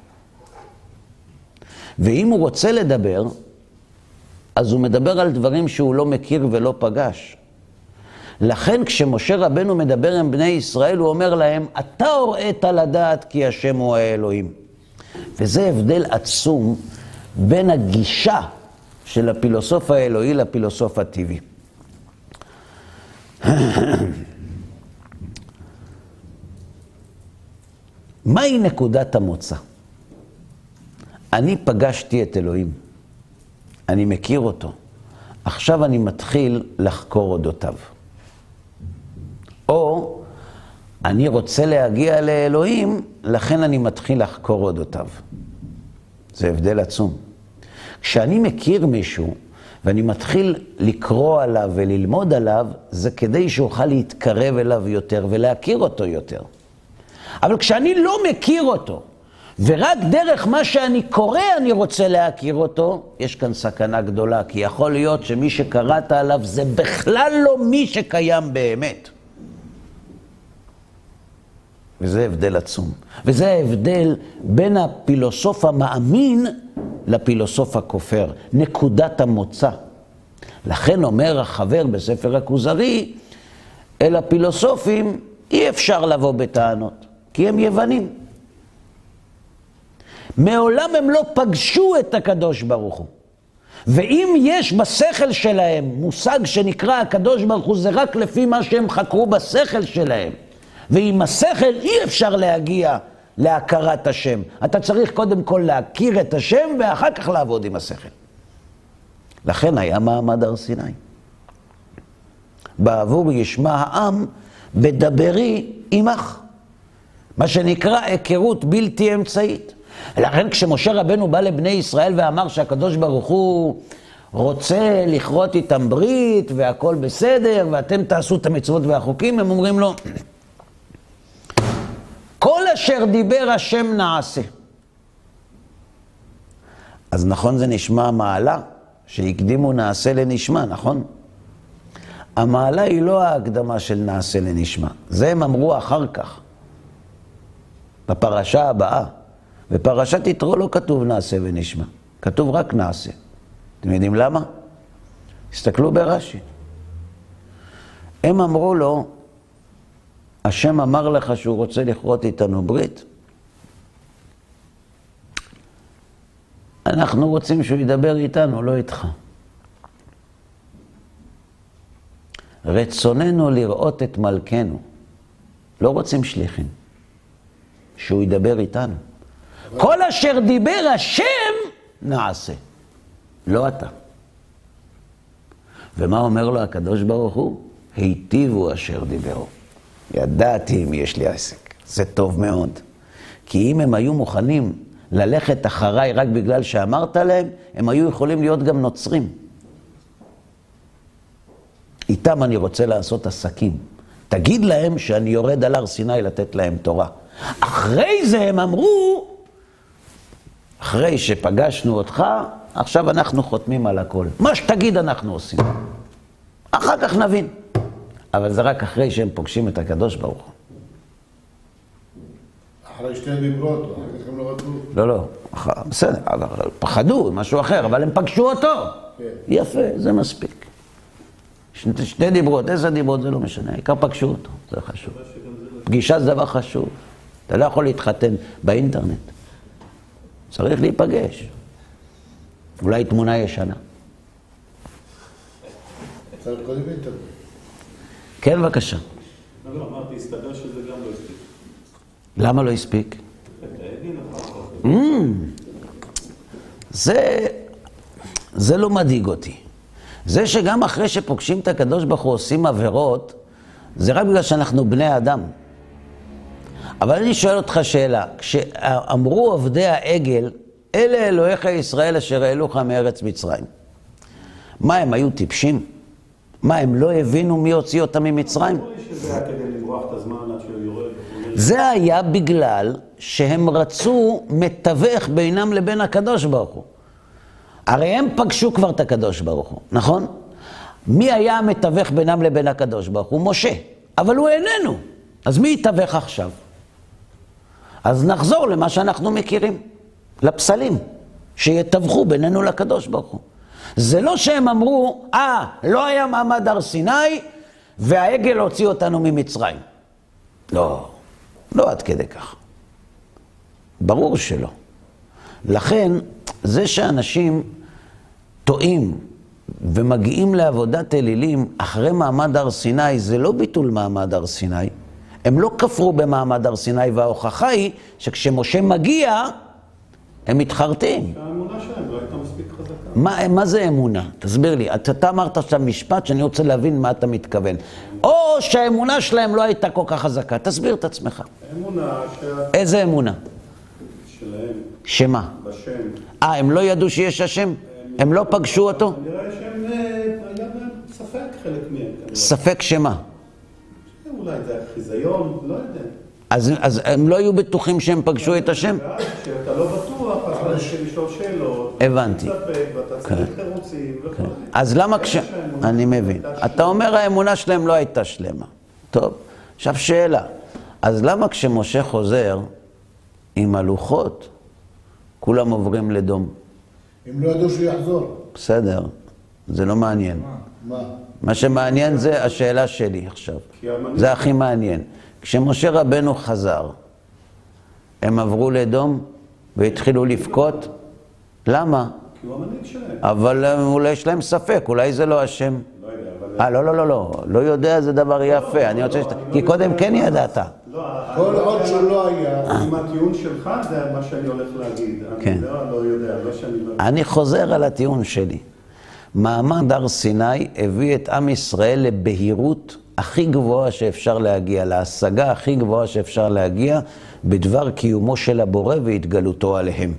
A: ואם הוא רוצה לדבר, אז הוא מדבר על דברים שהוא לא מכיר ולא פגש. לכן כשמשה רבנו מדבר עם בני ישראל, הוא אומר להם, אתה הוראת לדעת כי השם הוא האלוהים. וזה הבדל עצום בין הגישה של הפילוסוף האלוהי לפילוסוף הטבעי. מהי נקודת המוצא? אני פגשתי את אלוהים. אני מכיר אותו. עכשיו אני מתחיל לחקור אודותיו. או אני רוצה להגיע לאלוהים, לכן אני מתחיל לחקור אודותיו. זה הבדל עצום. כשאני מכיר מישהו, ואני מתחיל לקרוא עליו וללמוד עליו, זה כדי שאוכל להתקרב אליו יותר ולהכיר אותו יותר. אבל כשאני לא מכיר אותו, ורק דרך מה שאני קורא אני רוצה להכיר אותו, יש כאן סכנה גדולה, כי יכול להיות שמי שקראת עליו זה בכלל לא מי שקיים באמת. וזה הבדל עצום. וזה ההבדל בין הפילוסוף המאמין לפילוסוף הכופר. נקודת המוצא. לכן אומר החבר בספר הכוזרי, אל הפילוסופים אי אפשר לבוא בטענות, כי הם יוונים. מעולם הם לא פגשו את הקדוש ברוך הוא. ואם יש בשכל שלהם מושג שנקרא הקדוש ברוך הוא, זה רק לפי מה שהם חקרו בשכל שלהם. ועם השכל אי אפשר להגיע להכרת השם. אתה צריך קודם כל להכיר את השם ואחר כך לעבוד עם השכל. לכן היה מעמד הר סיני. בעבור ישמע העם בדברי עמך. מה שנקרא היכרות בלתי אמצעית. לכן כשמשה רבנו בא לבני ישראל ואמר שהקדוש ברוך הוא רוצה לכרות איתם ברית והכל בסדר ואתם תעשו את המצוות והחוקים, הם אומרים לו, כל אשר דיבר השם נעשה. אז נכון זה נשמע מעלה, שהקדימו נעשה לנשמע, נכון? המעלה היא לא ההקדמה של נעשה לנשמע. זה הם אמרו אחר כך, בפרשה הבאה. בפרשת יתרו לא כתוב נעשה ונשמע, כתוב רק נעשה. אתם יודעים למה? הסתכלו ברש"י. הם אמרו לו, השם אמר לך שהוא רוצה לכרות איתנו ברית. אנחנו רוצים שהוא ידבר איתנו, לא איתך. רצוננו לראות את מלכנו. לא רוצים שליחים. שהוא ידבר איתנו. כל אשר דיבר השם נעשה. לא אתה. ומה אומר לו הקדוש ברוך הוא? היטיבו אשר דיברו. ידעתי אם יש לי עסק. זה טוב מאוד. כי אם הם היו מוכנים ללכת אחריי רק בגלל שאמרת להם, הם היו יכולים להיות גם נוצרים. איתם אני רוצה לעשות עסקים. תגיד להם שאני יורד על הר סיני לתת להם תורה. אחרי זה הם אמרו, אחרי שפגשנו אותך, עכשיו אנחנו חותמים על הכל. מה שתגיד אנחנו עושים. אחר כך נבין. אבל זה רק אחרי שהם פוגשים את הקדוש ברוך הוא.
B: אחרי שתי דיברות, אחר כך הם לא רצו.
A: לא, בסדר, פחדו, משהו אחר, אבל הם פגשו אותו.
B: כן.
A: יפה, זה מספיק. שתי דיברות, 10 דיברות, זה לא משנה, העיקר פגשו אותו, זה חשוב. פגישה זה דבר חשוב. אתה לא יכול להתחתן באינטרנט. צריך להיפגש. אולי תמונה ישנה.
B: צריך קודם אינטרנט.
A: כן, בבקשה.
D: לא, אמרתי, הסתבר שזה גם לא הספיק.
A: למה לא הספיק? זה לא מדאיג אותי. זה שגם אחרי שפוגשים את הקדוש ברוך הוא עושים עבירות, זה רק בגלל שאנחנו בני אדם. אבל אני שואל אותך שאלה, כשאמרו עובדי העגל, אלה אלוהיך ישראל אשר העלוך מארץ מצרים. מה, הם היו טיפשים? מה, הם לא הבינו מי הוציא אותם ממצרים?
D: שזה היה כדי למרוח את הזמן עד שהוא יורד.
A: זה היה בגלל שהם רצו מתווך בינם לבין הקדוש ברוך הוא. הרי הם פגשו כבר את הקדוש ברוך הוא, נכון? מי היה המתווך בינם לבין הקדוש ברוך הוא? משה. אבל הוא איננו. אז מי יתווך עכשיו? אז נחזור למה שאנחנו מכירים, לפסלים, שיתווכו בינינו לקדוש ברוך הוא. זה לא שהם אמרו, לא היה מעמד הר סיני, והעגל הוציא אותנו ממצרים. לא, לא עד כדי כך. ברור שלא. לכן, זה שאנשים טועים ומגיעים לעבודת אלילים אחרי מעמד הר סיני, זה לא ביטול מעמד הר סיני. הם לא כפרו במעמד הר סיני, וההוכחה היא שכשמשה מגיע, הם מתחרטים.
D: שהאמונה שלהם לא הייתה מספיק חזקה.
A: מה זה אמונה? תסביר לי. אתה אמרת עכשיו משפט שאני רוצה להבין מה אתה מתכוון. או שהאמונה שלהם לא הייתה כל כך חזקה. תסביר את עצמך.
D: אמונה
A: איזה אמונה?
D: שלהם.
A: שמה?
D: בשם.
A: הם לא ידעו שיש השם? הם לא פגשו אותו?
D: נראה שהם, היה בהם ספק חלק מהם.
A: ספק שמה?
D: אולי זה חיזיון, לא יודע.
A: אז הם לא היו בטוחים שהם פגשו את השם?
D: כשאתה לא בטוח, אז אתה צריך לשאול שאלות.
A: הבנתי.
D: ספק, ואתה צריך תירוצים וכו'.
A: אז למה אני מבין. אתה אומר האמונה שלהם לא הייתה שלמה. טוב, עכשיו שאלה. אז למה כשמשה חוזר עם הלוחות, כולם עוברים לדום?
B: הם לא ידעו שהוא יחזור.
A: בסדר, זה לא מעניין.
B: מה?
A: מה שמעניין זה השאלה שלי עכשיו. זה הכי מעניין. כשמשה רבנו חזר, הם עברו לדום והתחילו לבכות. למה?
D: כי הוא המנהיג שלהם.
A: אבל אולי יש להם ספק, אולי זה לא השם.
D: לא יודע, אבל...
A: לא יודע, זה דבר יפה. אני רוצה כי קודם כן ידעת.
B: כל עוד שהוא לא היה...
D: עם הטיעון שלך זה מה שאני הולך להגיד. אני לא יודע, לא שאני לא...
A: אני חוזר על הטיעון שלי. מעמד הר סיני הביא את עם ישראל לבהירות הכי גבוהה שאפשר להגיע, להשגה הכי גבוהה שאפשר להגיע, בדבר קיומו של הבורא והתגלותו עליהם.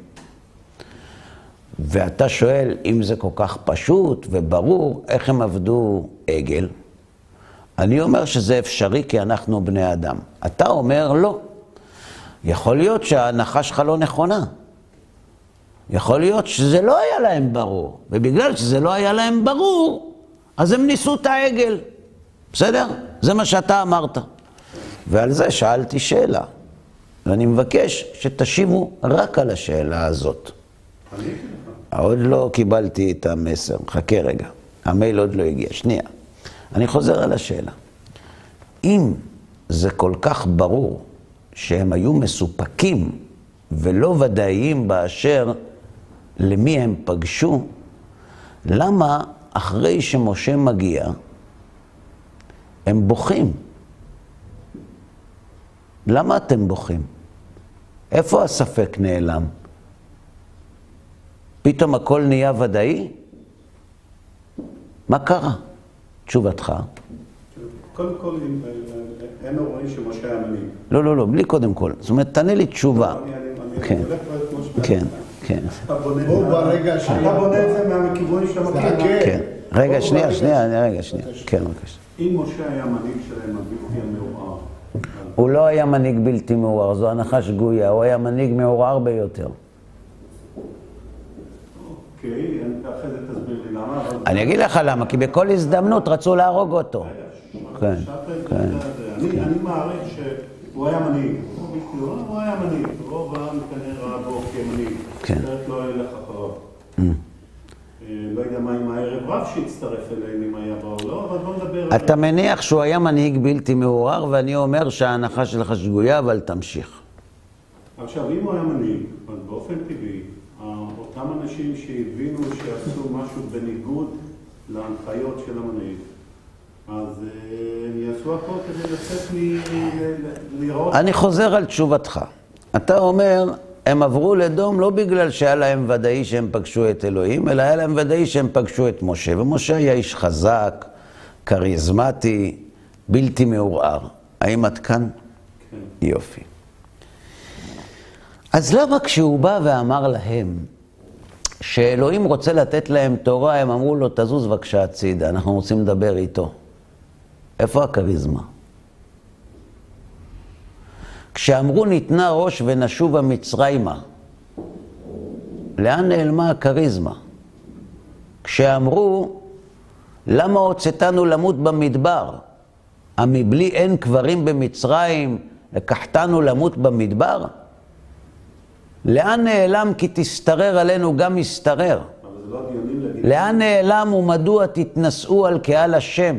A: ואתה שואל, אם זה כל כך פשוט וברור, איך הם עבדו עגל? אני אומר שזה אפשרי כי אנחנו בני אדם. אתה אומר לא. יכול להיות שההנחה שלך לא נכונה. יכול להיות שזה לא היה להם ברור. ובגלל שזה לא היה להם ברור, אז הם ניסו את העגל. בסדר? זה מה שאתה אמרת. ועל זה שאלתי שאלה. ואני מבקש שתשיבו רק על השאלה הזאת. עוד לא קיבלתי את המסר. חכה רגע. המייל עוד לא הגיע. שנייה. אני חוזר על השאלה. אם זה כל כך ברור שהם היו מסופקים ולא ודאיים באשר למי הם פגשו, למה אחרי שמשה מגיע הם בוכים? למה אתם בוכים? איפה הספק נעלם? פתאום הכל נהיה ודאי? מה קרה? תשובתך.
D: קודם כל, הם רואים שמשה היה מנהיג.
A: לא, בלי קודם כל. זאת אומרת, תענה לי תשובה. כן, כן, כן.
D: אתה בונה את זה מהכיוון של המקום.
A: כן. רגע, שנייה. כן, בבקשה.
D: אם משה היה מנהיג שלהם הבלתי המעורער.
A: הוא לא היה מנהיג בלתי מעורער, זו הנחה שגויה. הוא היה מנהיג מעורער ביותר.
D: אוקיי, אחרי זה תסביר לי למה.
A: אני אגיד לך למה, כי בכל הזדמנות רצו להרוג אותו. כן, כן.
D: אני מעריך שהוא היה מנהיג. הוא היה מנהיג. רוב העם כנראה ראה בו כמנהיג. אחרת לא ילך אחריו. לא יודע מה עם הערב רב שהצטרף אליהם, אם היה בא או לא, אבל בוא נדבר...
A: אתה מניח שהוא היה מנהיג בלתי מעורער, ואני אומר שההנחה שלך שגויה, אבל תמשיך.
D: עכשיו, אם הוא היה מנהיג, אז באופן טבעי, אותם אנשים שהבינו שעשו משהו בניגוד להנחיות של המנהיג, אז הם יעשו הכל כדי לצאת לראות...
A: אני חוזר על תשובתך. אתה אומר, הם עברו לדום לא בגלל שהיה להם ודאי שהם פגשו את אלוהים, אלא היה להם ודאי שהם פגשו את משה. ומשה היה איש חזק, קריזמטי, בלתי מעורער. האם עד כאן?
D: כן.
A: יופי. אז למה כשהוא בא ואמר להם שאלוהים רוצה לתת להם תורה, הם אמרו לו, תזוז בבקשה הצידה, אנחנו רוצים לדבר איתו. איפה הכריזמה? כשאמרו ניתנה ראש ונשובה מצרימה, לאן נעלמה הכריזמה? כשאמרו, למה הוצאתנו למות במדבר? המבלי אין קברים במצרים, לקחתנו למות במדבר? לאן נעלם כי תסתרר עלינו גם מסתרר? לאן נעלם ומדוע תתנשאו על קהל השם?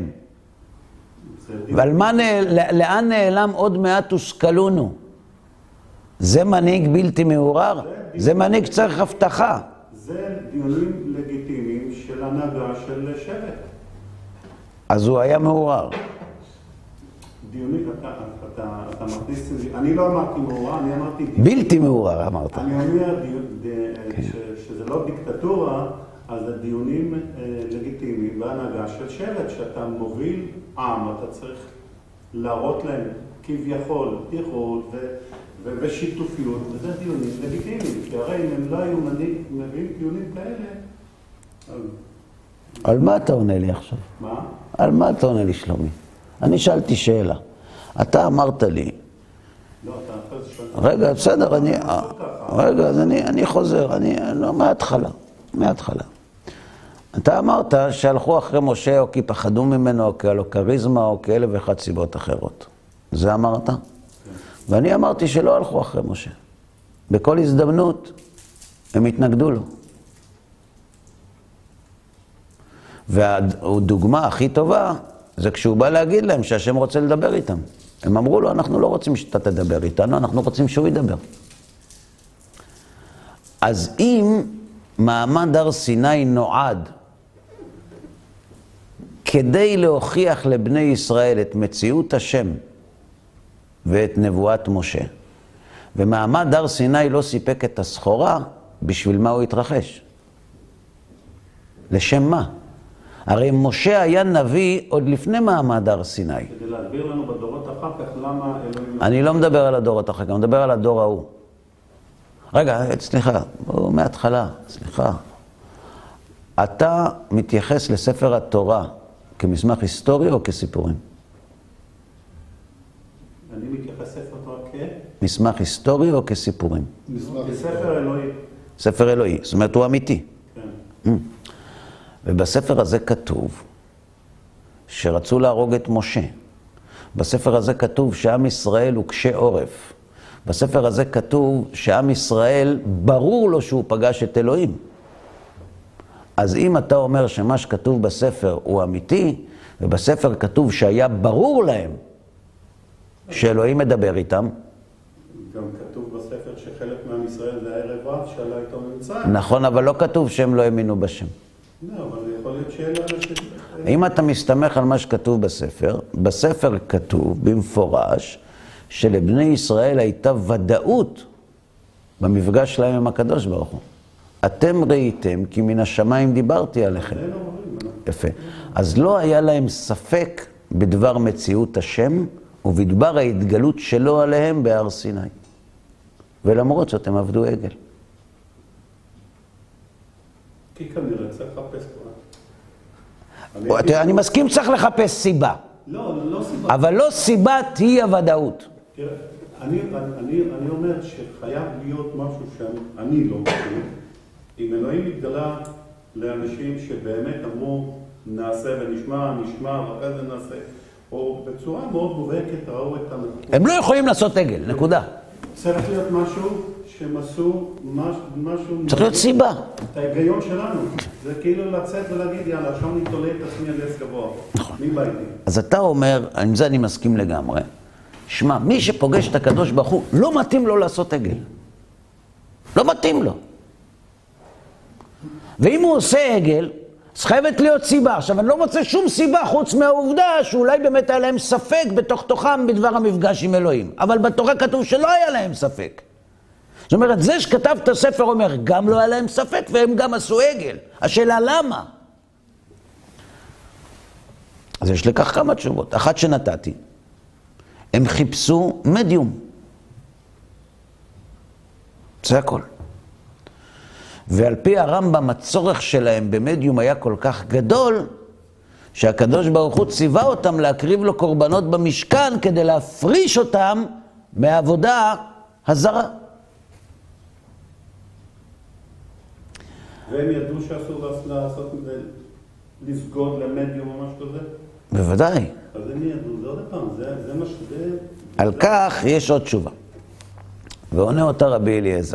A: לאן נעלם עוד מעט תושכלונו? זה מנהיג בלתי מעורר? זה מנהיג צריך הבטחה.
D: זה דיונים לגיטימיים של הנהגה של שבט.
A: אז הוא היה מעורר.
D: דיונים, אתה מכניס, אני לא אמרתי מעורר, אני אמרתי...
A: בלתי מעורר אמרת.
D: אני אומר שזה לא דיקטטורה, אז הדיונים לגיטימיים בהנהגה של שבט, שאתה מוביל עם, אתה צריך להראות להם כביכול פתיחות ושיתופיות, וזה דיונים לגיטימיים, כי הרי אם הם לא היו מביאים דיונים כאלה...
A: על מה אתה עונה לי עכשיו?
D: מה?
A: על מה אתה עונה לי, שלומי? אני שאלתי שאלה. אתה אמרת לי...
D: לא, אתה אחרי זה שאלת...
A: רגע, בסדר, רגע, אז אני חוזר, לא, מההתחלה. אתה אמרת שהלכו אחרי משה או כי פחדו ממנו, או כי היה לו כריזמה, או כאלה ואחת סיבות אחרות. זה אמרת? כן. ואני אמרתי שלא הלכו אחרי משה. בכל הזדמנות הם התנגדו לו. והדוגמה הכי טובה זה כשהוא בא להגיד להם שהשם רוצה לדבר איתם. הם אמרו לו, אנחנו לא רוצים שאתה תדבר איתנו, אנחנו רוצים שהוא ידבר. אז אם מעמד הר סיני נועד כדי להוכיח לבני ישראל את מציאות השם ואת נבואת משה, ומעמד הר סיני לא סיפק את הסחורה, בשביל מה הוא התרחש? לשם מה? הרי משה היה נביא עוד לפני מעמד הר סיני.
D: כדי להסביר לנו בדורות אחר כך למה אלוהים...
A: אני לא מדבר על הדורות אחר כך, אני מדבר על הדור ההוא. רגע, סליחה, מההתחלה, סליחה. אתה מתייחס לספר התורה כמסמך היסטורי או כסיפורים?
D: אני מתייחס לספר התורה
A: מסמך היסטורי או כסיפורים?
D: כספר אלוהי.
A: ספר אלוהי, זאת אומרת הוא אמיתי.
D: כן.
A: ובספר הזה כתוב שרצו להרוג את משה. בספר הזה כתוב שעם ישראל הוא קשה עורף. בספר הזה כתוב שעם ישראל ברור לו שהוא פגש את אלוהים. אז אם אתה אומר שמה שכתוב בספר הוא אמיתי, ובספר כתוב שהיה ברור להם שאלוהים מדבר איתם,
D: גם כתוב בספר שחלק מעם ישראל זה הערב רב שעלה איתו ממצרים.
A: נכון, אבל לא כתוב שהם לא האמינו בשם.
D: לא, אבל יכול להיות שאלה אנשים...
A: אם אתה מסתמך על מה שכתוב בספר, בספר כתוב במפורש שלבני ישראל הייתה ודאות במפגש שלהם עם הקדוש ברוך הוא. אתם ראיתם כי מן השמיים דיברתי עליכם. יפה. אז לא היה להם ספק בדבר מציאות השם ובדבר ההתגלות שלו עליהם בהר סיני. ולמרות זאת הם עבדו עגל.
D: כי כנראה צריך לחפש כבר.
A: אני מסכים צריך לחפש סיבה.
D: לא סיבה.
A: אבל לא סיבת היא הוודאות.
D: תראה, אני אומר שחייב להיות משהו שאני לא מכיר. אם אלוהים התגלה לאנשים שבאמת אמרו נעשה ונשמע, ואחרי זה נעשה, או בצורה מאוד מובהקת ראו את הנקודה.
A: הם לא יכולים לעשות עגל, נקודה.
D: צריך להיות משהו שהם עשו, משהו...
A: צריך להיות סיבה.
D: את ההיגיון שלנו. זה כאילו לצאת ולהגיד, יאללה, עכשיו אני תולה את עצמי על עץ גבוה.
A: נכון.
D: מי בא איתי?
A: אז אתה אומר, עם זה אני מסכים לגמרי. שמע, מי שפוגש את הקדוש ברוך הוא, לא מתאים לו לעשות עגל. לא מתאים לו. ואם הוא עושה עגל, אז חייבת להיות סיבה. עכשיו, אני לא מוצא שום סיבה חוץ מהעובדה שאולי באמת היה להם ספק בתוך תוכם בדבר המפגש עם אלוהים. אבל בתורה כתוב שלא היה להם ספק. זאת אומרת, זה שכתב את הספר אומר, גם לא היה להם ספק והם גם עשו עגל. השאלה למה? אז יש לכך כמה תשובות. אחת שנתתי, הם חיפשו מדיום. זה הכל. ועל פי הרמב"ם, הצורך שלהם במדיום היה כל כך גדול, שהקדוש ברוך הוא ציווה אותם להקריב לו קורבנות במשכן, כדי להפריש אותם מהעבודה הזרה.
D: והם ידעו שאסור לעשות לסגוד למדיום או משהו כזה?
A: בוודאי.
D: אז הם ידעו, זה עוד פעם, זה מה שזה...
A: על כך יש עוד תשובה. ועונה אותה רבי אליעזר.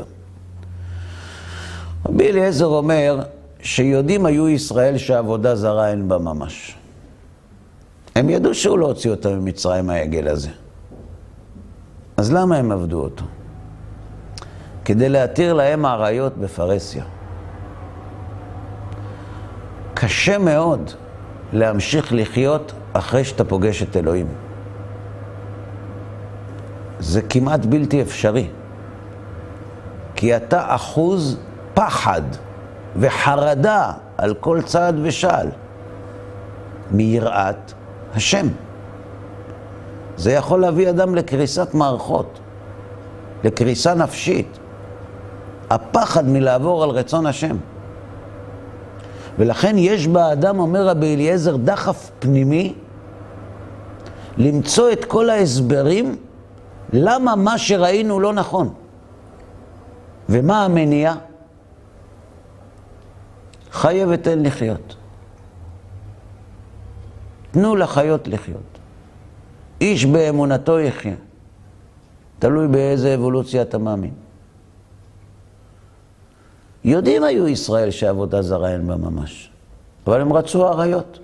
A: רבי אליעזר אומר שיודעים היו ישראל שעבודה זרה אין בה ממש. הם ידעו שהוא לא הוציא אותם ממצרים העגל הזה. אז למה הם עבדו אותו? כדי להתיר להם העריות בפרסיה. קשה מאוד להמשיך לחיות אחרי שאתה פוגש את אלוהים. זה כמעט בלתי אפשרי. כי אתה אחוז פחד וחרדה על כל צעד ושעל מיראת השם. זה יכול להביא אדם לקריסת מערכות, לקריסה נפשית. הפחד מלעבור על רצון השם. ולכן יש באדם, אומר רבי אליעזר, דחף פנימי למצוא את כל ההסברים למה מה שראינו לא נכון. ומה המניע? חיה ותן לחיות. תנו לחיות לחיות. איש באמונתו יחיה. תלוי באיזה אבולוציה אתה מאמין. יודעים היו ישראל שעבודה זרה אין בה ממש, אבל הם רצו עריות.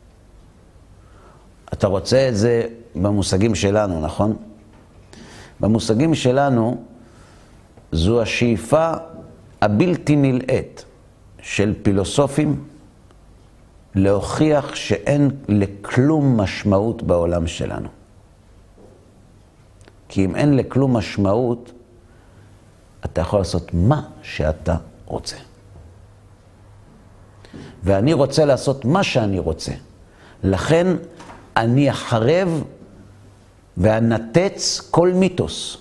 A: אתה רוצה את זה במושגים שלנו, נכון? במושגים שלנו זו השאיפה הבלתי נלאית של פילוסופים להוכיח שאין לכלום משמעות בעולם שלנו. כי אם אין לכלום משמעות, אתה יכול לעשות מה שאתה רוצה. ואני רוצה לעשות מה שאני רוצה. לכן אני אחרב ואנתץ כל מיתוס.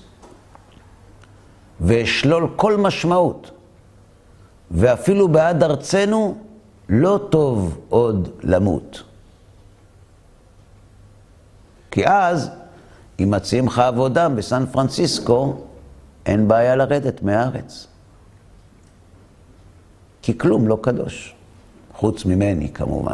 A: ואשלול כל משמעות. ואפילו בעד ארצנו לא טוב עוד למות. כי אז, אם מציעים לך עבודה בסן פרנסיסקו, אין בעיה לרדת מהארץ. כי כלום לא קדוש, חוץ ממני כמובן.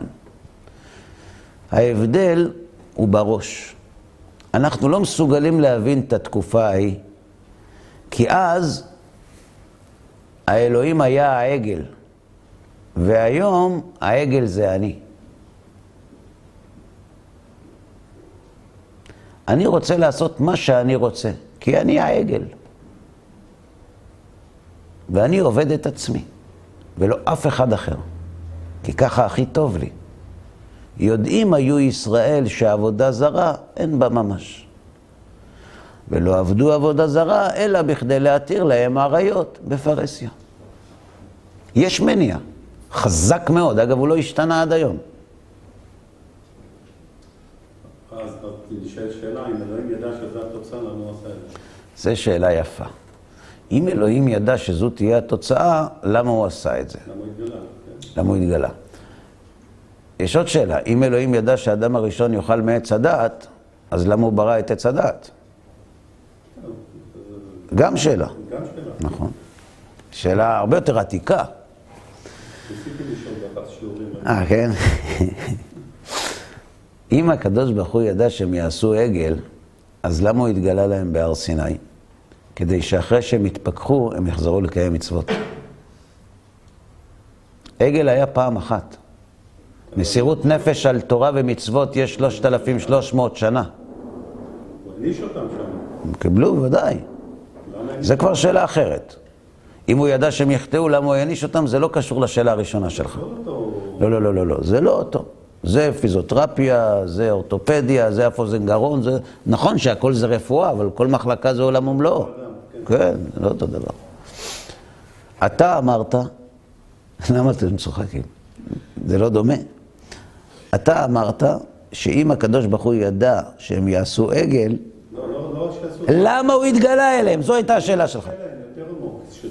A: ההבדל הוא בראש. אנחנו לא מסוגלים להבין את התקופה ההיא, כי אז האלוהים היה העגל, והיום העגל זה אני. אני רוצה לעשות מה שאני רוצה, כי אני העגל. ואני עובד את עצמי, ולא אף אחד אחר. כי ככה הכי טוב לי. יודעים היו ישראל שעבודה זרה אין בה ממש. ולא עבדו עבודה זרה, אלא בכדי להתיר להם עריות בפרסיה. יש מניע, חזק מאוד. אגב, הוא לא השתנה עד היום.
D: אז נשאלת שאלה, אם אלוהים ידע שזו התוצאה, למה הוא עשה את זה?
A: זו שאלה יפה. אם אלוהים ידע שזו תהיה התוצאה, למה הוא עשה את זה?
D: למה הוא התגלה?
A: למה הוא התגלה? יש עוד שאלה. אם אלוהים ידע שהאדם הראשון יאכל מעץ הדעת, אז למה הוא ברא את עץ הדעת? גם שאלה.
D: גם שאלה.
A: נכון. שאלה הרבה יותר עתיקה.
D: ניסיתי לשאול באחת שיעורים.
A: כן. אם הקדוש ברוך הוא ידע שהם יעשו עגל, אז למה הוא התגלה להם בהר סיני? כדי שאחרי שהם יתפכחו, הם יחזרו לקיים מצוות. עגל היה פעם אחת. מסירות נפש על תורה ומצוות יש 3,300 שנה.
D: הוא העניש אותם שם.
A: הם קיבלו, ודאי. זה כבר שאלה אחרת. אם הוא ידע שהם יחטאו, למה הוא העניש אותם? זה לא קשור לשאלה הראשונה שלך. לא, זה לא אותו. זה פיזיותרפיה, זה אורתופדיה, זה אפוזן גרון, זה... נכון שהכל זה רפואה, אבל כל מחלקה זה עולם ומלואו. כן, זה לא אותו דבר. אתה אמרת, למה אתם צוחקים? זה לא דומה. אתה אמרת שאם הקדוש ברוך הוא ידע שהם יעשו עגל,
D: לא שיעשו...
A: למה הוא התגלה אליהם? זו הייתה השאלה שלך.
D: יותר עמוק.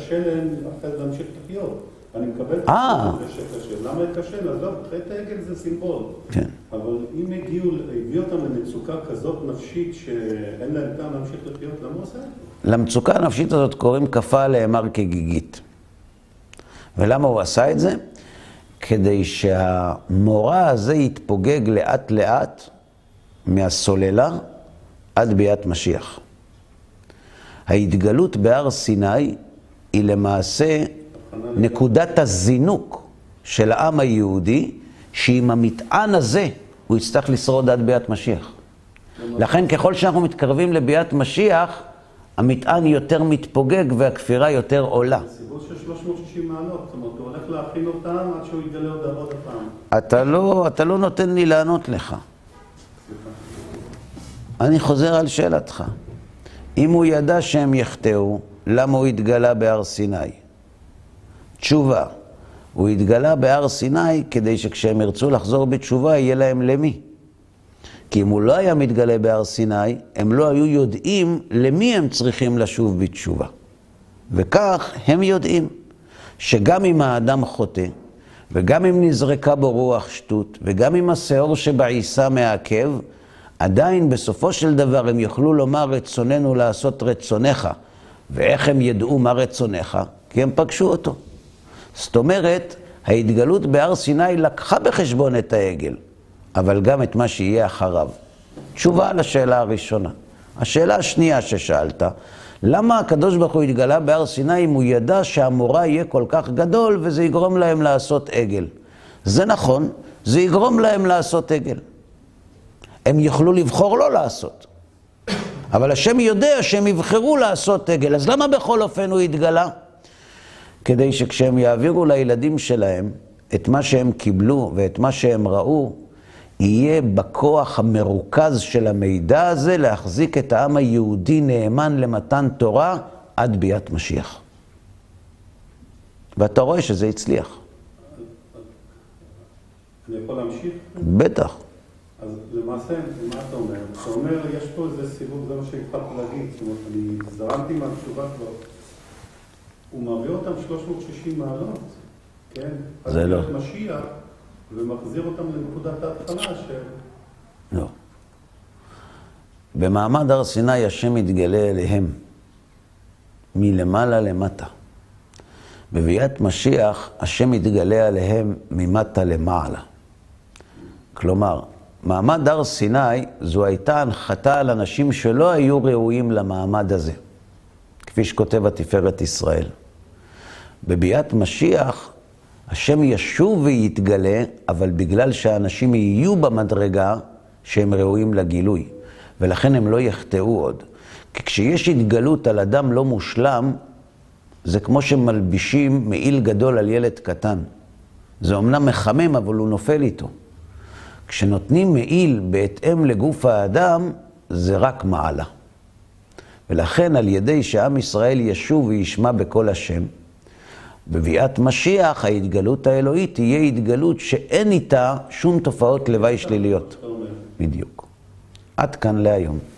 D: קשה להם אחרי להמשיך לחיות. אני מקבל את זה שקשה. למה קשה? אז לא, חטא העגל זה סימבול.
A: כן.
D: אבל אם הביאו אותם למצוקה כזאת נפשית שאין להם טעם להמשיך לחיות, למה הוא עושה את זה?
A: למצוקה הנפשית הזאת קוראים כפה להיאמר כגיגית. ולמה הוא עשה את זה? כדי שהמורא הזה יתפוגג לאט לאט מהסוללה עד ביאת משיח. ההתגלות בהר סיני היא למעשה נקודת הזינוק של העם היהודי, שעם המטען הזה הוא יצטרך לשרוד עד ביאת משיח. לכן ככל שאנחנו מתקרבים לביאת משיח, המטען יותר מתפוגג והכפירה יותר עולה.
D: זה סיבוב של 360 מעלות, זאת אומרת, הוא הולך להכין אותם עד שהוא יגלה עוד הפעם.
A: אתה לא נותן לי לענות לך. אני חוזר על שאלתך. אם הוא ידע שהם יחטאו, למה הוא התגלה בהר סיני? תשובה. הוא התגלה בהר סיני כדי שכשהם ירצו לחזור בתשובה, יהיה להם למי. כי אם הוא לא היה מתגלה בהר סיני, הם לא היו יודעים למי הם צריכים לשוב בתשובה. וכך הם יודעים שגם אם האדם חוטא, וגם אם נזרקה בו רוח שטות, וגם אם השעור שבעיסה מעכב, עדיין בסופו של דבר הם יוכלו לומר רצוננו לעשות רצונך. ואיך הם ידעו מה רצונך? כי הם פגשו אותו. זאת אומרת, ההתגלות בהר סיני לקחה בחשבון את העגל, אבל גם את מה שיהיה אחריו. תשובה לשאלה הראשונה. השאלה השנייה ששאלת, למה הקדוש ברוך הוא התגלה בהר סיני אם הוא ידע שהמורא יהיה כל כך גדול וזה יגרום להם לעשות עגל? זה נכון, זה יגרום להם לעשות עגל. הם יוכלו לבחור לא לעשות. אבל השם יודע שהם יבחרו לעשות עגל. אז למה בכל אופן הוא התגלה? כדי שכשהם יעבירו לילדים שלהם את מה שהם קיבלו ואת מה שהם ראו, יהיה בכוח המרוכז של המידע הזה להחזיק את העם היהודי נאמן למתן תורה עד ביאת משיח. ואתה רואה שזה הצליח.
D: אני יכול להמשיך?
A: בטח.
D: אז למעשה, מה אתה אומר? אתה אומר, יש פה איזה סיבוב, זה מה שהתחלתי להגיד. זאת אומרת, אני זרמתי מהתשובה כבר. הוא מביא אותם 360 מעלות, כן?
A: זה לא.
D: משיח, ומחזיר אותם לנקודת ההתחלה
A: לא. במעמד הר סיני השם מתגלה אליהם מלמעלה למטה. בביאת משיח השם מתגלה עליהם ממטה למעלה. כלומר, מעמד הר סיני זו הייתה הנחתה על אנשים שלא היו ראויים למעמד הזה, כפי שכותב התפארת ישראל. בביאת משיח השם ישוב ויתגלה, אבל בגלל שהאנשים יהיו במדרגה שהם ראויים לגילוי, ולכן הם לא יחטאו עוד. כי כשיש התגלות על אדם לא מושלם, זה כמו שמלבישים מעיל גדול על ילד קטן. זה אומנם מחמם, אבל הוא נופל איתו. כשנותנים מעיל בהתאם לגוף האדם, זה רק מעלה. ולכן על ידי שעם ישראל ישוב וישמע בקול השם, בביאת משיח ההתגלות האלוהית תהיה התגלות שאין איתה שום תופעות לוואי שליליות. בדיוק. עד כאן להיום.